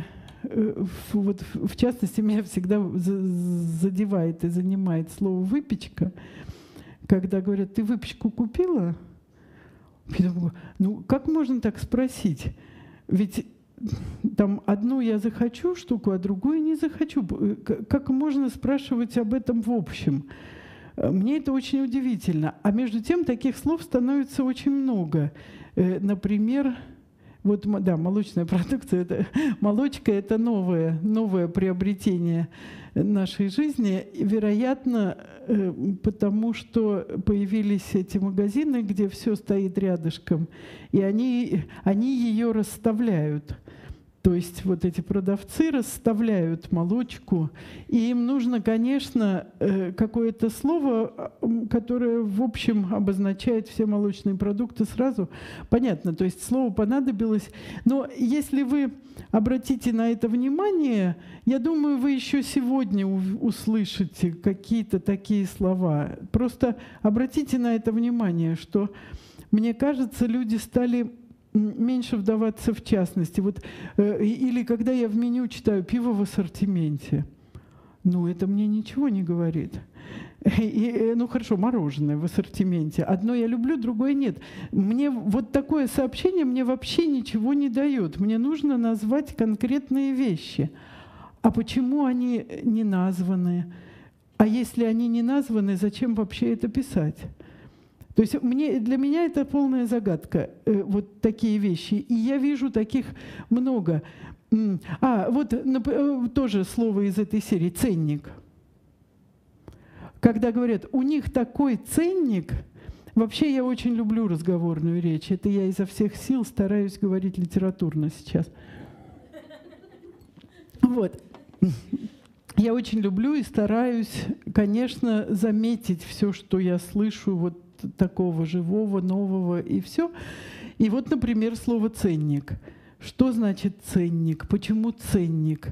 Speaker 2: вот в частности меня всегда задевает и занимает слово «выпечка», когда говорят: «Ты выпечку купила?» Я думаю, ну как можно так спросить? Ведь там одну я захочу штуку, а другую не захочу. Как можно спрашивать об этом в общем? Мне это очень удивительно. А между тем таких слов становится очень много. Например, вот, да, молочная продукция, это, молочка – это новое, новое приобретение нашей жизни. Вероятно, потому что появились эти магазины, где все стоит рядышком, и они, они ее расставляют. То есть вот эти продавцы расставляют молочку, и им нужно, конечно, какое-то слово, которое, в общем, обозначает все молочные продукты сразу. Понятно, то есть слово понадобилось. Но если вы обратите на это внимание, я думаю, вы еще сегодня услышите какие-то такие слова. Просто обратите на это внимание, что, мне кажется, люди стали меньше вдаваться в частности. Вот, э, или когда я в меню читаю «пиво в ассортименте», ну, это мне ничего не говорит. И, ну, хорошо, мороженое в ассортименте. Одно я люблю, другое нет. Мне вот такое сообщение мне вообще ничего не дает. Мне нужно назвать конкретные вещи. А почему они не названы? А если они не названы, зачем вообще это писать? То есть мне, для меня это полная загадка, э, вот такие вещи. И я вижу таких много. А, вот э, тоже слово из этой серии «ценник». Когда говорят, у них такой ценник, вообще я очень люблю разговорную речь. Это я изо всех сил стараюсь говорить литературно сейчас. Вот. Я очень люблю и стараюсь, конечно, заметить все, что я слышу, вот такого живого, нового и все. И вот, например, слово «ценник». Что значит ценник? Почему ценник?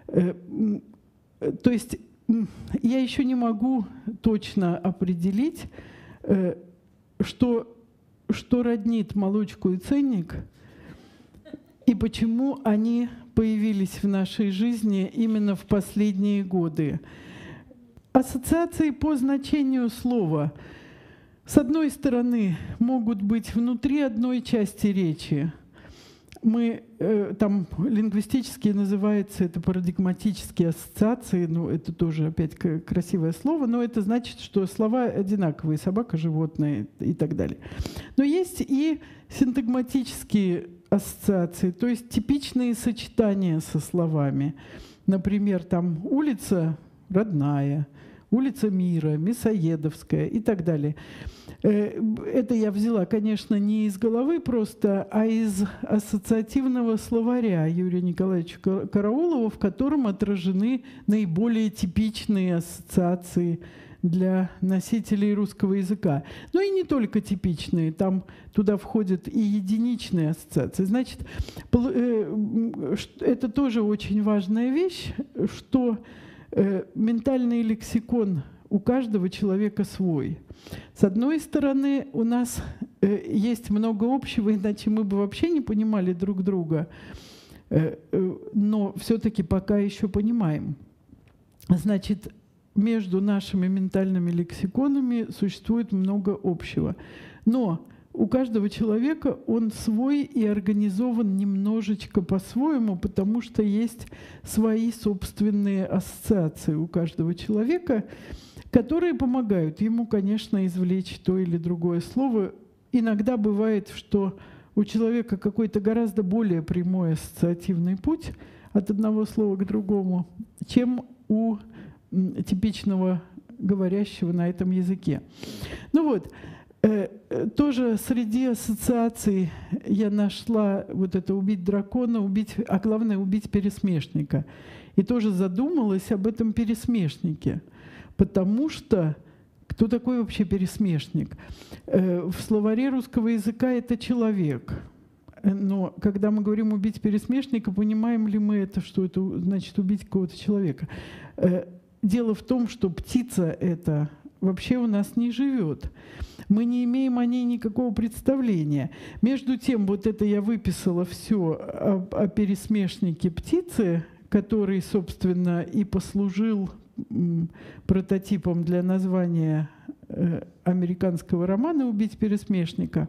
Speaker 2: То есть я еще не могу точно определить, что, что роднит молочку и ценник, и почему они появились в нашей жизни именно в последние годы. Ассоциации по значению слова – с одной стороны, могут быть внутри одной части речи. Мы, э, там лингвистически называется это парадигматические ассоциации, ну это тоже опять красивое слово, но это значит, что слова одинаковые, собака, животное и так далее. Но есть и синтагматические ассоциации, то есть типичные сочетания со словами. Например, там улица родная, улица Мира, Мясоедовская и так далее. Это я взяла, конечно, не из головы просто, а из ассоциативного словаря Юрия Николаевича Караулова, в котором отражены наиболее типичные ассоциации для носителей русского языка. Но и не только типичные, там туда входят и единичные ассоциации. Значит, это тоже очень важная вещь, что ментальный лексикон у каждого человека свой. С одной стороны, у нас есть много общего, иначе мы бы вообще не понимали друг друга, но все-таки пока еще понимаем. Значит, между нашими ментальными лексиконами существует много общего. Но у каждого человека он свой и организован немножечко по-своему, потому что есть свои собственные ассоциации у каждого человека, которые помогают ему, конечно, извлечь то или другое слово. Иногда бывает, что у человека какой-то гораздо более прямой ассоциативный путь от одного слова к другому, чем у типичного говорящего на этом языке. Ну вот, э, тоже среди ассоциаций я нашла вот это «убить дракона», убить, а главное «убить пересмешника». И тоже задумалась об этом пересмешнике, потому что кто такой вообще пересмешник? Э, в словаре русского языка это человек. Но когда мы говорим «убить пересмешника», понимаем ли мы это, что это значит убить какого-то человека? Э, Дело в том, что птица эта вообще у нас не живет. Мы не имеем о ней никакого представления. Между тем, вот это я выписала все о, о пересмешнике птицы, который, собственно, и послужил прототипом для названия американского романа «Убить пересмешника».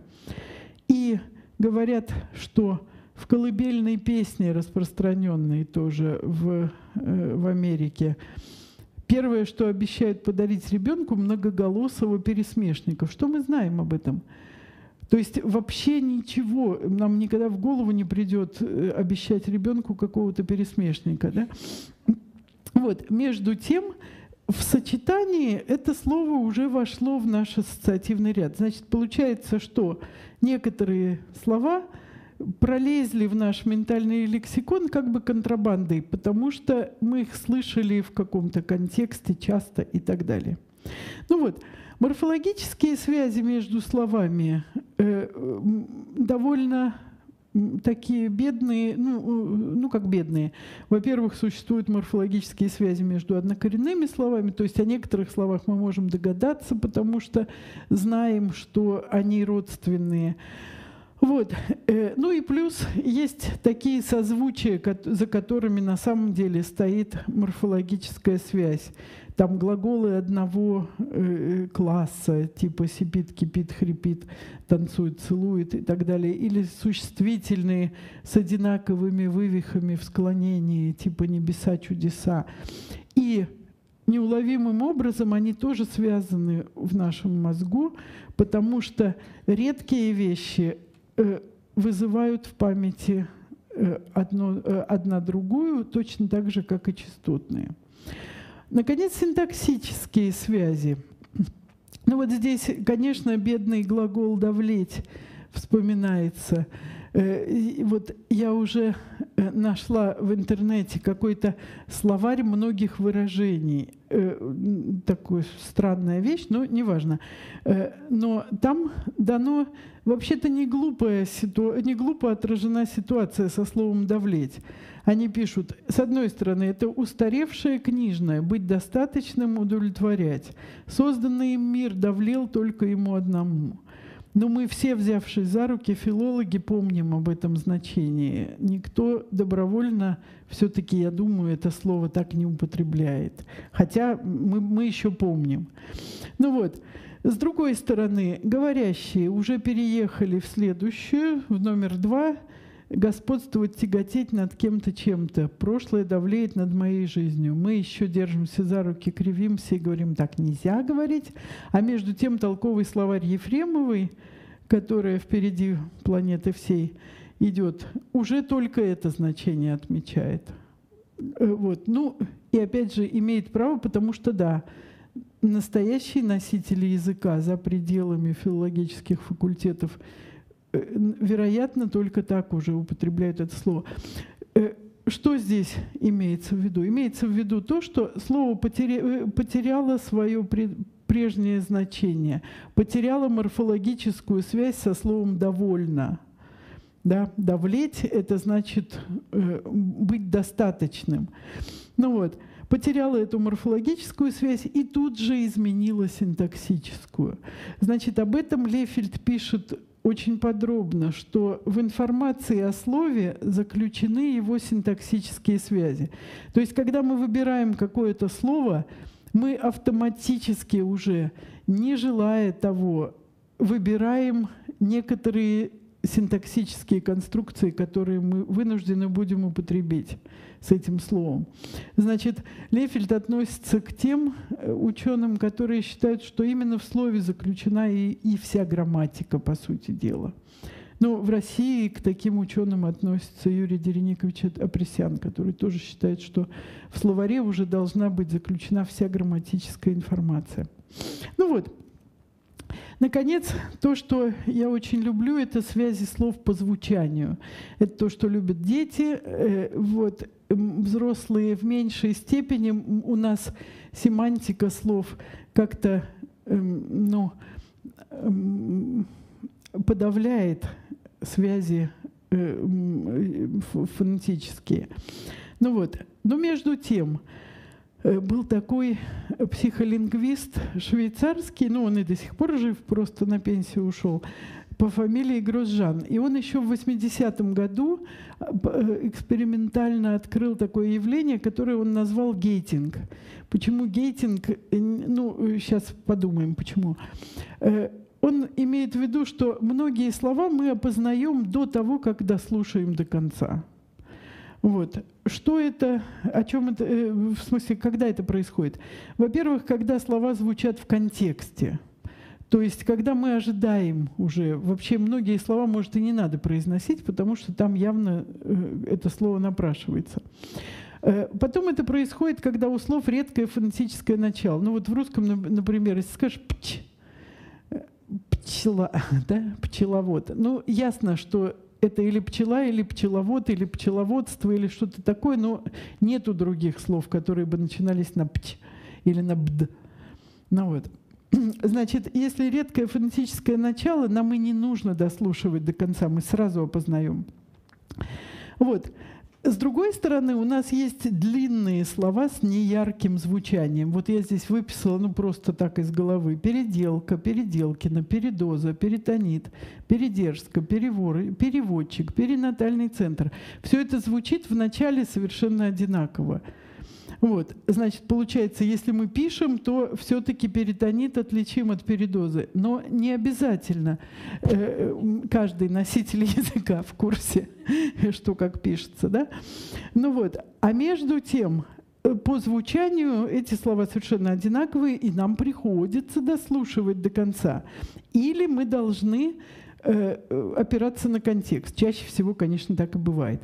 Speaker 2: И говорят, что в колыбельной песне, распространенной тоже в, в Америке, первое, что обещают подарить ребенку, многоголосого пересмешника. Что мы знаем об этом? То есть вообще ничего, нам никогда в голову не придет обещать ребенку какого-то пересмешника. Да? Вот. Между тем, в сочетании это слово уже вошло в наш ассоциативный ряд. Значит, получается, что некоторые слова пролезли в наш ментальный лексикон как бы контрабандой, потому что мы их слышали в каком-то контексте часто и так далее. Ну вот, морфологические связи между словами э, довольно такие бедные, ну, ну как бедные. Во-первых, существуют морфологические связи между однокоренными словами, то есть о некоторых словах мы можем догадаться, потому что знаем, что они родственные. Вот. Ну и плюс есть такие созвучия, за которыми на самом деле стоит морфологическая связь. Там глаголы одного класса, типа сипит, кипит, хрипит, танцует, целует и так далее. Или существительные с одинаковыми вывихами в склонении, типа небеса, чудеса. И неуловимым образом они тоже связаны в нашем мозгу, потому что редкие вещи вызывают в памяти одно, одна другую, точно так же, как и частотные. Наконец, синтаксические связи. Ну вот здесь, конечно, бедный глагол «давлеть» вспоминается. Вот я уже нашла в интернете какой-то словарь многих выражений. Такая странная вещь, но неважно. Но там дано вообще-то не глупая ситу... не глупо отражена ситуация со словом «давлеть». Они пишут, с одной стороны, это устаревшее книжное, быть достаточным, удовлетворять. Созданный им мир давлел только ему одному. Но мы все, взявшись за руки, филологи, помним об этом значении. Никто добровольно, все-таки, я думаю, это слово так не употребляет. Хотя мы, мы еще помним. Ну вот, с другой стороны, говорящие уже переехали в следующую, в номер два, господствовать, тяготеть над кем-то чем-то. Прошлое давлеет над моей жизнью. Мы еще держимся за руки, кривимся и говорим, так нельзя говорить. А между тем толковый словарь Ефремовой, которая впереди планеты всей идет, уже только это значение отмечает. Вот. Ну, и опять же, имеет право, потому что, да, настоящие носители языка за пределами филологических факультетов вероятно, только так уже употребляют это слово. Что здесь имеется в виду? Имеется в виду то, что слово потеря... потеряло свое прежнее значение, потеряло морфологическую связь со словом «довольно». Да? Давлеть — это значит быть достаточным. Ну вот. Потеряла эту морфологическую связь и тут же изменила синтаксическую. Значит, об этом Лефельд пишет очень подробно, что в информации о слове заключены его синтаксические связи. То есть, когда мы выбираем какое-то слово, мы автоматически уже, не желая того, выбираем некоторые синтаксические конструкции, которые мы вынуждены будем употребить с этим словом. Значит, Лефельд относится к тем ученым, которые считают, что именно в слове заключена и, и вся грамматика, по сути дела. Но в России к таким ученым относится Юрий Дереникович Апресян, который тоже считает, что в словаре уже должна быть заключена вся грамматическая информация. Ну вот. Наконец, то, что я очень люблю, это связи слов по звучанию. Это то, что любят дети. Вот. Взрослые в меньшей степени. У нас семантика слов как-то ну, подавляет связи фонетические. Ну вот. Но между тем, был такой психолингвист швейцарский, ну он и до сих пор жив, просто на пенсию ушел, по фамилии Грозжан. И он еще в восьмидесятом году экспериментально открыл такое явление, которое он назвал гейтинг. Почему гейтинг? Ну, сейчас подумаем, почему. Он имеет в виду, что многие слова мы опознаем до того, как дослушаем до конца. Вот. Что это, о чем это, в смысле, когда это происходит? Во-первых, когда слова звучат в контексте. То есть, когда мы ожидаем уже, вообще многие слова, может, и не надо произносить, потому что там явно это слово напрашивается. Потом это происходит, когда у слов редкое фонетическое начало. Ну вот в русском, например, если скажешь «пч», пчела, да, пчеловод. Ну, ясно, что это или пчела, или пчеловод, или пчеловодство, или что-то такое, но нету других слов, которые бы начинались на «пч» или на «бд». Ну вот. Значит, если редкое фонетическое начало, нам и не нужно дослушивать до конца, мы сразу опознаем. Вот. С другой стороны, у нас есть длинные слова с неярким звучанием. Вот я здесь выписала, ну просто так из головы. Переделка, переделкина, передоза, перитонит, передержка, перевор, переводчик, перинатальный центр. Все это звучит вначале совершенно одинаково. Вот, значит, получается, если мы пишем, то все-таки перитонит отличим от передозы. Но не обязательно. Каждый носитель языка в курсе, что как пишется, да? Ну вот, а между тем, по звучанию эти слова совершенно одинаковые, и нам приходится дослушивать до конца. Или мы должны опираться на контекст. Чаще всего, конечно, так и бывает.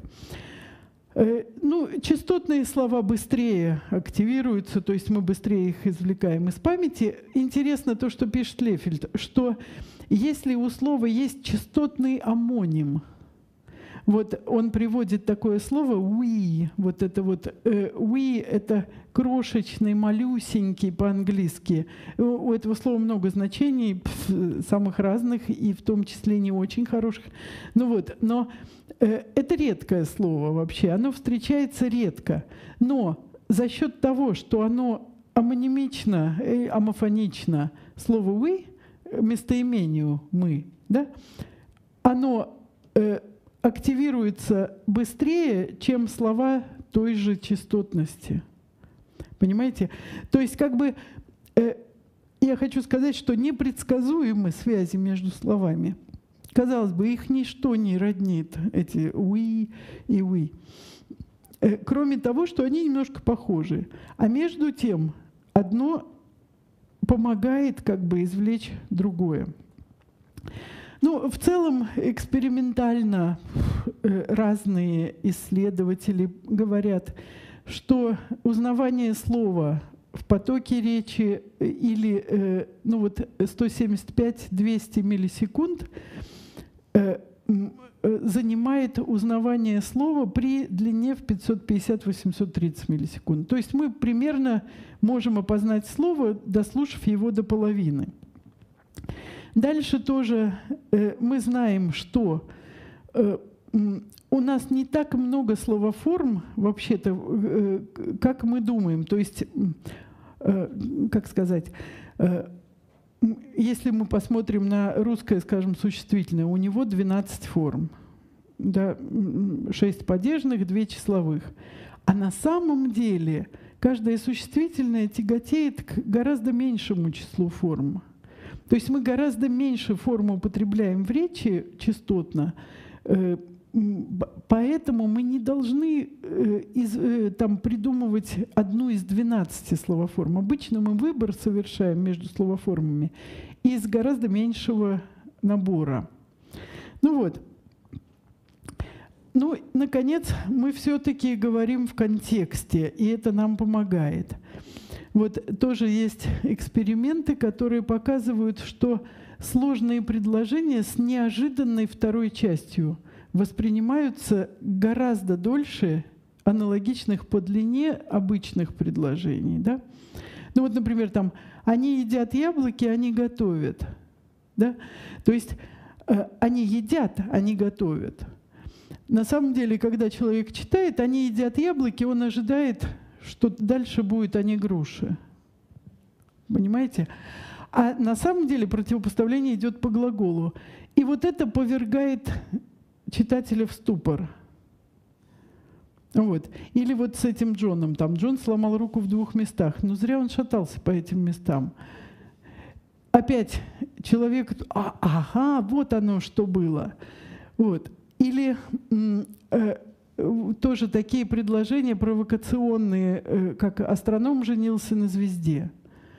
Speaker 2: Ну, частотные слова быстрее активируются, то есть мы быстрее их извлекаем из памяти. Интересно то, что пишет Лефельд, что если у слова есть частотный омоним, вот он приводит такое слово «we», вот это вот «we» — это крошечный, малюсенький по-английски. У этого слова много значений, самых разных, и в том числе не очень хороших. Ну вот, но это редкое слово вообще, оно встречается редко. Но за счет того, что оно амонимично, амофонично слову «we», местоимению «мы», да, оно активируется быстрее, чем слова той же частотности. Понимаете? То есть как бы э, я хочу сказать, что непредсказуемы связи между словами. Казалось бы, их ничто не роднит, эти «we» и «we». Э, кроме того, что они немножко похожи. А между тем одно помогает как бы извлечь другое. Ну, в целом, экспериментально разные исследователи говорят, что узнавание слова в потоке речи или ну вот сто семьдесят пять - двести миллисекунд занимает узнавание слова при длине в пятьсот пятьдесят - восемьсот тридцать миллисекунд. То есть мы примерно можем опознать слово, дослушав его до половины. Дальше тоже э, мы знаем, что э, у нас не так много словоформ, вообще-то, э, как мы думаем. То есть, э, как сказать, э, если мы посмотрим на русское, скажем, существительное, у него двенадцать форм. Да, шесть падежных, две числовых. А на самом деле каждое существительное тяготеет к гораздо меньшему числу форм. То есть мы гораздо меньше форм употребляем в речи частотно, поэтому мы не должны из, там, придумывать одну из двенадцати словоформ. Обычно мы выбор совершаем между словоформами из гораздо меньшего набора. Ну вот. Ну, наконец, мы все-таки говорим в контексте, и это нам помогает. Вот тоже есть эксперименты, которые показывают, что сложные предложения с неожиданной второй частью воспринимаются гораздо дольше аналогичных по длине обычных предложений. Да? Ну вот, например, там «они едят яблоки, они готовят». Да? То есть э, они едят, они готовят. На самом деле, когда человек читает «они едят яблоки», он ожидает, что дальше будет «они груши». Понимаете? А на самом деле противопоставление идет по глаголу. И вот это повергает читателя в ступор. Вот. Или вот с этим Джоном. Там Джон сломал руку в двух местах. Но зря он шатался по этим местам. Опять человек... А, ага, вот оно что было. Вот. Или э, тоже такие предложения провокационные, э, как «астроном женился на звезде».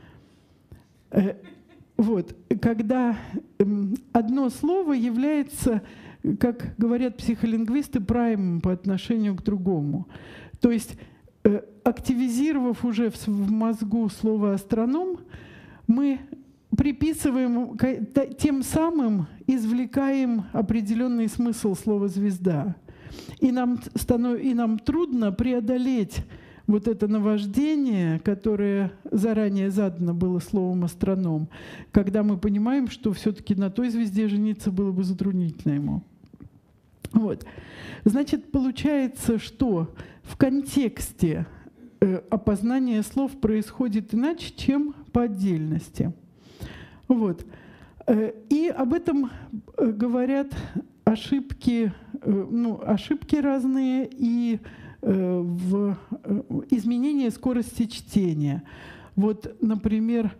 Speaker 2: Э, вот. Когда э, одно слово является... как говорят психолингвисты, праймом по отношению к другому. То есть, э, активизировав уже в, в мозгу слово «астроном», мы приписываем, тем самым извлекаем определенный смысл слова «звезда». И нам, станов, и нам трудно преодолеть вот это наваждение, которое заранее задано было словом «астроном», когда мы понимаем, что все-таки на той звезде жениться было бы затруднительно ему. Вот. Значит, получается, что в контексте э, опознание слов происходит иначе, чем по отдельности. Вот. Э, и об этом э, говорят ошибки, э, ну, ошибки разные и э, в, э, изменение скорости чтения. Вот, например,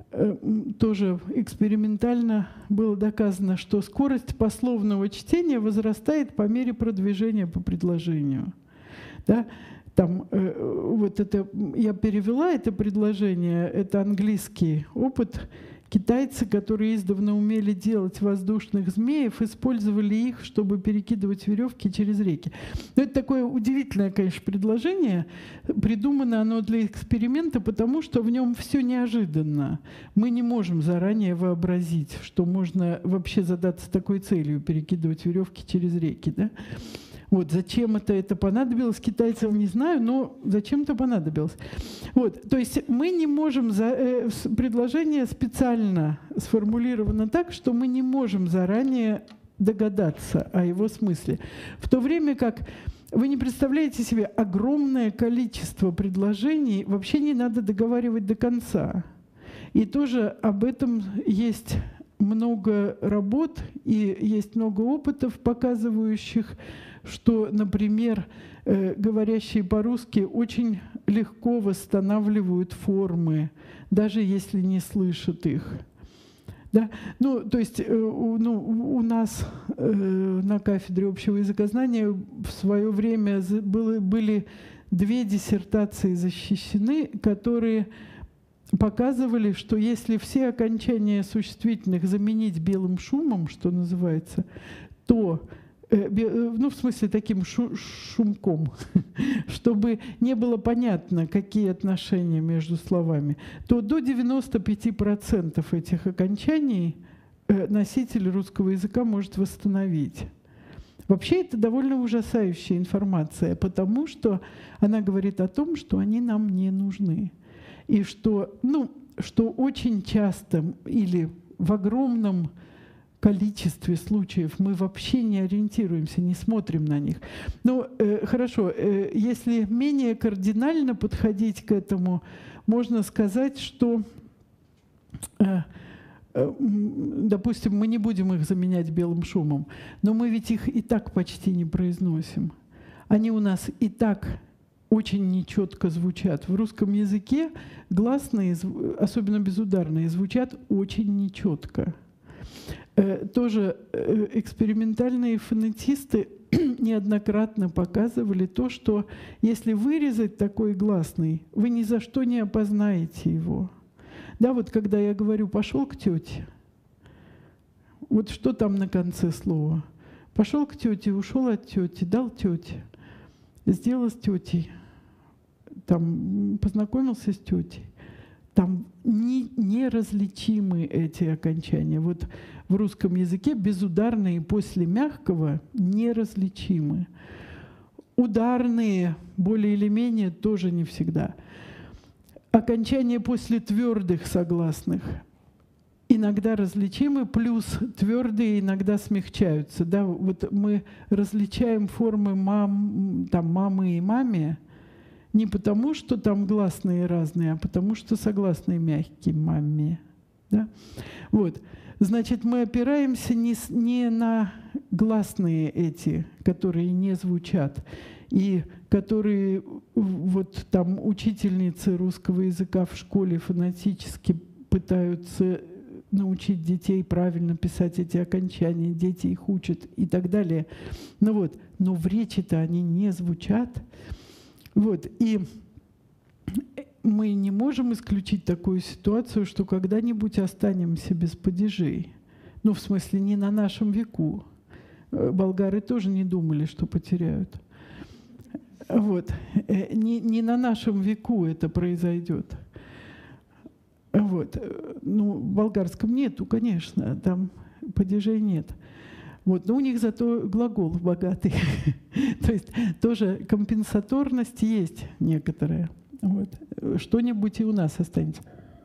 Speaker 2: тоже экспериментально было доказано, что скорость пословного чтения возрастает по мере продвижения по предложению. Да? Там, э, вот это, я перевела это предложение, это английский опыт. Китайцы, которые издавна умели делать воздушных змеев, использовали их, чтобы перекидывать веревки через реки. Но это такое удивительное, конечно, предложение. Придумано оно для эксперимента, потому что в нем все неожиданно. Мы не можем заранее вообразить, что можно вообще задаться такой целью — перекидывать веревки через реки. Да? Вот, зачем это, это понадобилось китайцам, не знаю, но зачем-то понадобилось. Вот, то есть мы не можем... За, э, предложение специально сформулировано так, что мы не можем заранее догадаться о его смысле. В то время как вы не представляете себе огромное количество предложений, вообще не надо договаривать до конца. И тоже об этом есть много работ и есть много опытов, показывающих, что, например, э, говорящие по-русски очень легко восстанавливают формы, даже если не слышат их. Да? Ну, то есть э, у, ну, у нас э, на кафедре общего языкознания в свое время было, были две диссертации защищены, которые показывали, что если все окончания существительных заменить белым шумом, что называется, то... ну, в смысле, таким шу шумком, чтобы не было понятно, какие отношения между словами, то до девяноста пяти процентов этих окончаний носитель русского языка может восстановить. Вообще это довольно ужасающая информация, потому что она говорит о том, что они нам не нужны. И что, ну, что очень часто или в огромном количестве случаев мы вообще не ориентируемся, не смотрим на них. Ну, э, хорошо, э, если менее кардинально подходить к этому, можно сказать, что, э, э, допустим, мы не будем их заменять белым шумом, но мы ведь их и так почти не произносим. Они у нас и так очень нечетко звучат. В русском языке гласные, особенно безударные, звучат очень нечетко. Тоже экспериментальные фонетисты неоднократно показывали то, что если вырезать такой гласный, вы ни за что не опознаете его. Да, вот когда я говорю «пошел к тете», вот что там на конце слова? Пошел к тете, ушел от тети, дал тете, сделал с тетей, там, познакомился с тетей. Там не, неразличимы эти окончания. Вот в русском языке безударные после мягкого неразличимы. Ударные более или менее тоже не всегда. Окончания после твердых согласных иногда различимы, плюс твердые иногда смягчаются. Да, вот мы различаем формы мам, там, мамы и маме, не потому, что там гласные разные, а потому, что согласные мягкие маме. Да? Вот. Значит, мы опираемся не, с, не на гласные эти, которые не звучат, и которые вот там учительницы русского языка в школе фонетически пытаются научить детей правильно писать эти окончания, дети их учат и так далее. Ну вот, но в речи-то они не звучат. Вот, и мы не можем исключить такую ситуацию, что когда-нибудь останемся без падежей. Ну, в смысле, не на нашем веку. Болгары тоже не думали, что потеряют. Вот. Не, не на нашем веку это произойдет. Вот. Ну, в болгарском нету, конечно, там падежей нет. Вот. Но у них зато глагол богатый. То есть тоже компенсаторность есть некоторая. Вот. Что-нибудь и у нас останется.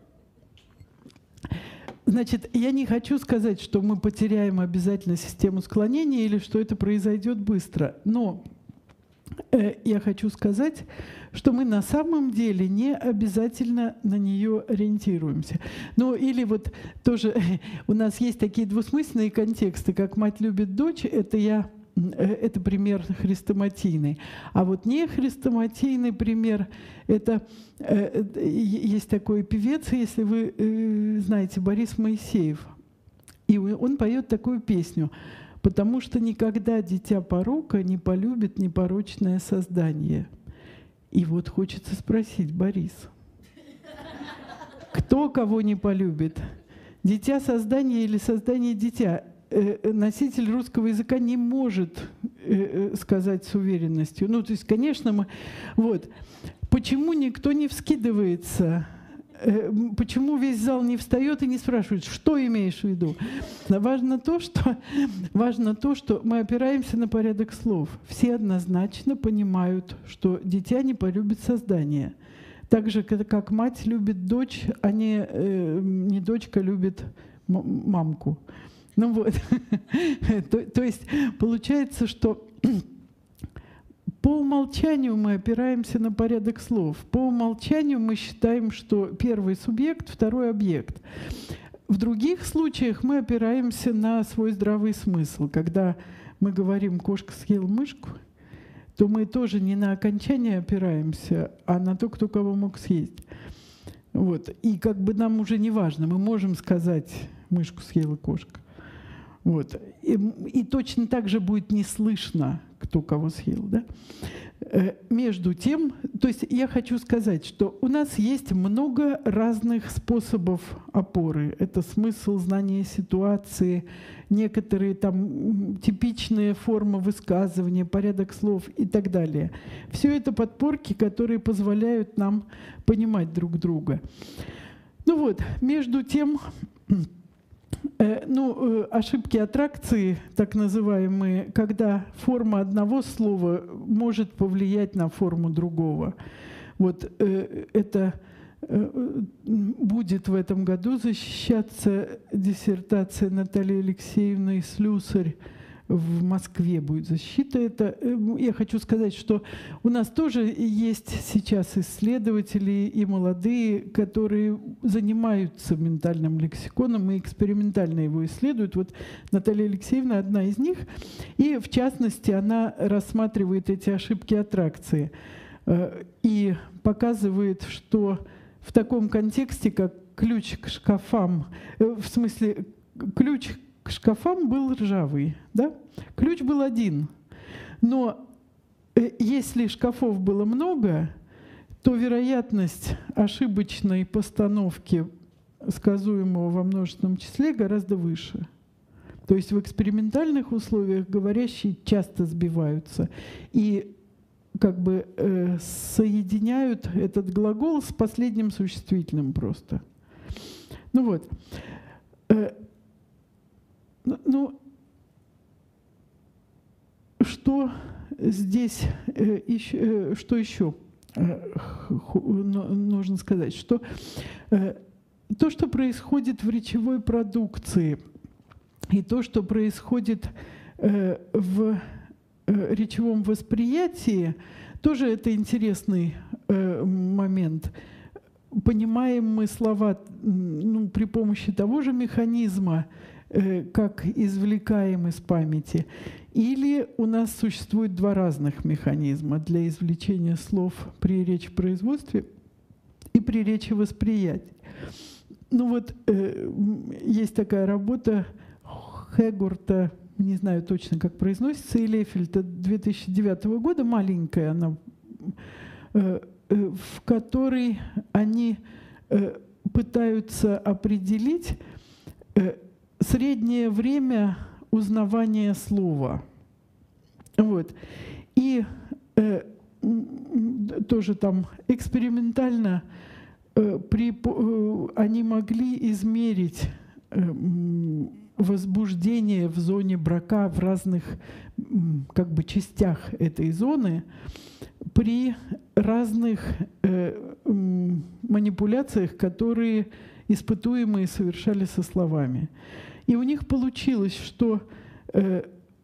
Speaker 2: Значит, я не хочу сказать, что мы потеряем обязательно систему склонения или что это произойдет быстро. Но э, я хочу сказать, что мы на самом деле не обязательно на нее ориентируемся. Ну или вот тоже у нас есть такие двусмысленные контексты, как «мать любит дочь», это я... Это пример хрестоматийный. А вот не хрестоматийный пример, это э, есть такой певец, если вы э, знаете, Борис Моисеев. И он поет такую песню: «Потому что никогда дитя порока не полюбит непорочное создание». И вот хочется спросить, Борис, кто кого не полюбит? Дитя создание или создание дитя? Носитель русского языка не может сказать с уверенностью. Ну, то есть, конечно, мы... Вот. Почему никто не вскидывается? Почему весь зал не встает и не спрашивает, что имеешь в виду? Важно то, что, важно то, что мы опираемся на порядок слов. Все однозначно понимают, что дитя не полюбит создание. Так же, как мать любит дочь, а не, не дочка любит мамку. Ну вот, то, то есть получается, что по умолчанию мы опираемся на порядок слов. По умолчанию мы считаем, что первый субъект, второй объект. В других случаях мы опираемся на свой здравый смысл. Когда мы говорим «кошка съел мышку», то мы тоже не на окончание опираемся, а на то, кто кого мог съесть. Вот. И как бы нам уже не важно, мы можем сказать «мышку съела кошка». Вот. И, и точно так же будет не слышно, кто кого съел. Да? Между тем, то есть я хочу сказать, что у нас есть много разных способов опоры. Это смысл, знание ситуации, некоторые там типичные формы высказывания, порядок слов и так далее. Все это подпорки, которые позволяют нам понимать друг друга. Ну вот, между тем... Ну, ошибки аттракции, так называемые, когда форма одного слова может повлиять на форму другого. Вот это будет в этом году защищаться диссертация Натальи Алексеевны Слюсарь. В Москве будет защита. Это, я хочу сказать, что у нас тоже есть сейчас исследователи и молодые, которые занимаются ментальным лексиконом и экспериментально его исследуют. Вот Наталья Алексеевна одна из них. И, в частности, она рассматривает эти ошибки аттракции и показывает, что в таком контексте, как ключ к шкафам, в смысле, ключ к шкафам был ржавый, да? Ключ был один. Но если шкафов было много, то вероятность ошибочной постановки сказуемого во множественном числе гораздо выше. То есть в экспериментальных условиях говорящие часто сбиваются и как бы э, соединяют этот глагол с последним существительным просто. Ну вот. Ну, что здесь э, еще, э, что еще э, нужно сказать? Что э, то, что происходит в речевой продукции, и то, что происходит э, в э, речевом восприятии, тоже это интересный э, момент. понимаем мы слова ну, при помощи того же механизма, э, как извлекаем из памяти, или у нас существует два разных механизма для извлечения слов при речепроизводстве и при речевосприятии. Ну вот э, есть такая работа Хегурта, не знаю точно, как произносится, и Лефельта две тысячи девятого года, маленькая она, э, э, в которой они э, пытаются определить э, среднее время узнавания слова. Вот. И э, тоже там экспериментально э, при, э, они могли измерить э, возбуждение в зоне Брака в разных как бы частях этой зоны при разных э, манипуляциях, которые испытуемые совершали со словами. И у них получилось, что э,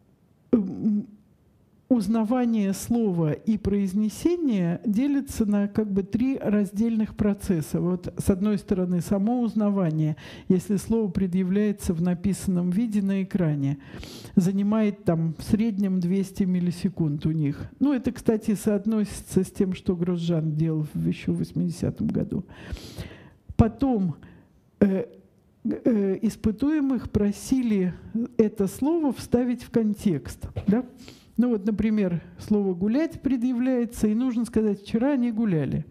Speaker 2: узнавание слова и произнесение делится на как бы три раздельных процесса. Вот с одной стороны, само узнавание, если слово предъявляется в написанном виде на экране, занимает там в среднем двести миллисекунд у них. Ну, это, кстати, соотносится с тем, что Гросжан делал еще в восьмидесятом году. Потом э, э, испытуемых просили это слово вставить в контекст, да? Ну вот, например, слово «гулять» предъявляется, и нужно сказать «вчера они гуляли».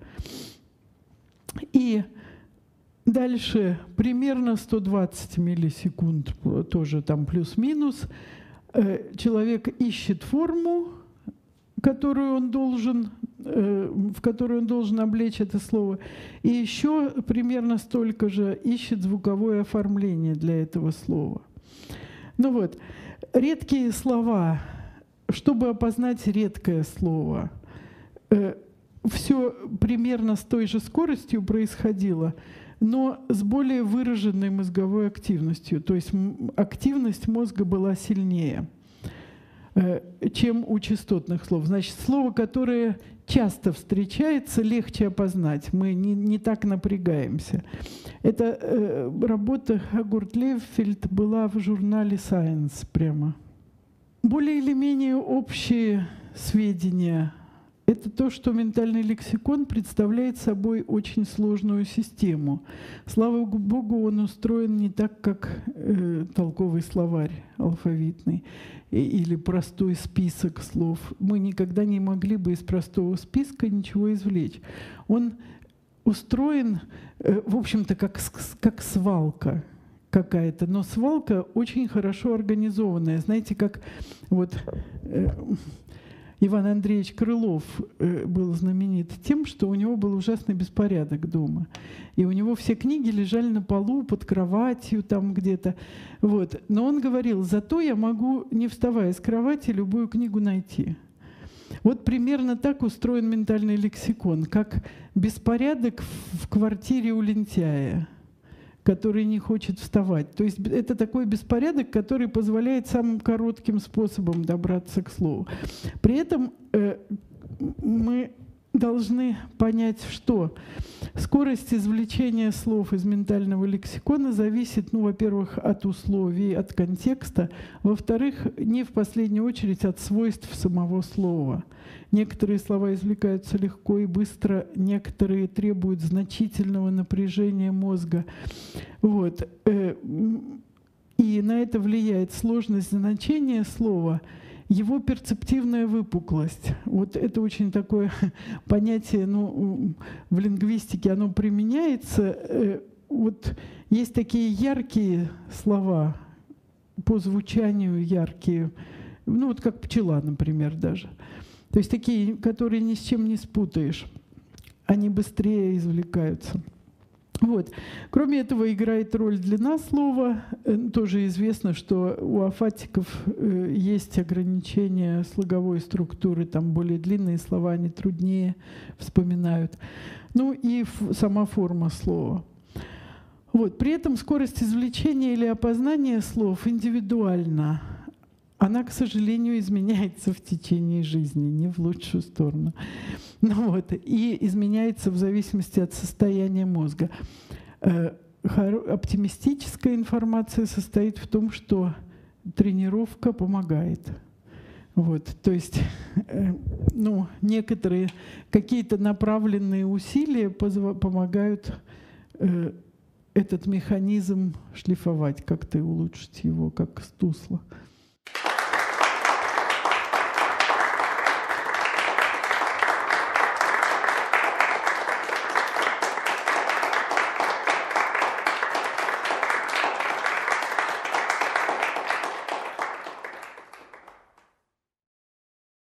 Speaker 2: И дальше примерно сто двадцать миллисекунд, тоже там плюс-минус, человек ищет форму, которую он должен, в которую он должен облечь это слово, и еще примерно столько же ищет звуковое оформление для этого слова. Ну вот, редкие слова. Чтобы опознать редкое слово, э, все примерно с той же скоростью происходило, но с более выраженной мозговой активностью. То есть активность мозга была сильнее, э, чем у частотных слов. Значит, слово, которое часто встречается, легче опознать. Мы не, не так напрягаемся. Эта э, работа Хегурт-Лефельд была в журнале Science прямо. Более или менее общие сведения — это то, что ментальный лексикон представляет собой очень сложную систему. Слава богу, он устроен не так, как э, толковый словарь алфавитный или простой список слов. Мы никогда не могли бы из простого списка ничего извлечь. Он устроен, э, в общем-то, как, как свалка какая-то, но свалка очень хорошо организованная. Знаете, как вот э, Иван Андреевич Крылов э, был знаменит тем, что у него был ужасный беспорядок дома. И у него все книги лежали на полу, под кроватью там где-то. Вот. Но он говорил, зато я могу, не вставая с кровати, любую книгу найти. Вот примерно так устроен ментальный лексикон, как беспорядок в квартире у лентяя, который не хочет вставать. То есть это такой беспорядок, который позволяет самым коротким способом добраться к слову. При этом э, мы должны понять, что скорость извлечения слов из ментального лексикона зависит, ну, во-первых, от условий, от контекста, во-вторых, не в последнюю очередь от свойств самого слова. Некоторые слова извлекаются легко и быстро, некоторые требуют значительного напряжения мозга. Вот. И на это влияет сложность значения слова, его перцептивная выпуклость. Вот это очень такое понятие, ну, в лингвистике оно применяется. Вот есть такие яркие слова, по звучанию яркие, ну вот как пчела, например, даже. То есть такие, которые ни с чем не спутаешь, они быстрее извлекаются. Вот. Кроме этого, играет роль длина слова. Тоже известно, что у афатиков есть ограничения слоговой структуры, там более длинные слова, они труднее вспоминают. Ну и сама форма слова. Вот. При этом скорость извлечения или опознания слов индивидуальна. она, к сожалению, изменяется в течение жизни, не в лучшую сторону. Ну вот, и изменяется в зависимости от состояния мозга. Оптимистическая информация состоит в том, что тренировка помогает. Вот, то есть ну, некоторые какие-то направленные усилия помогают этот механизм шлифовать, как-то улучшить его, как стусла.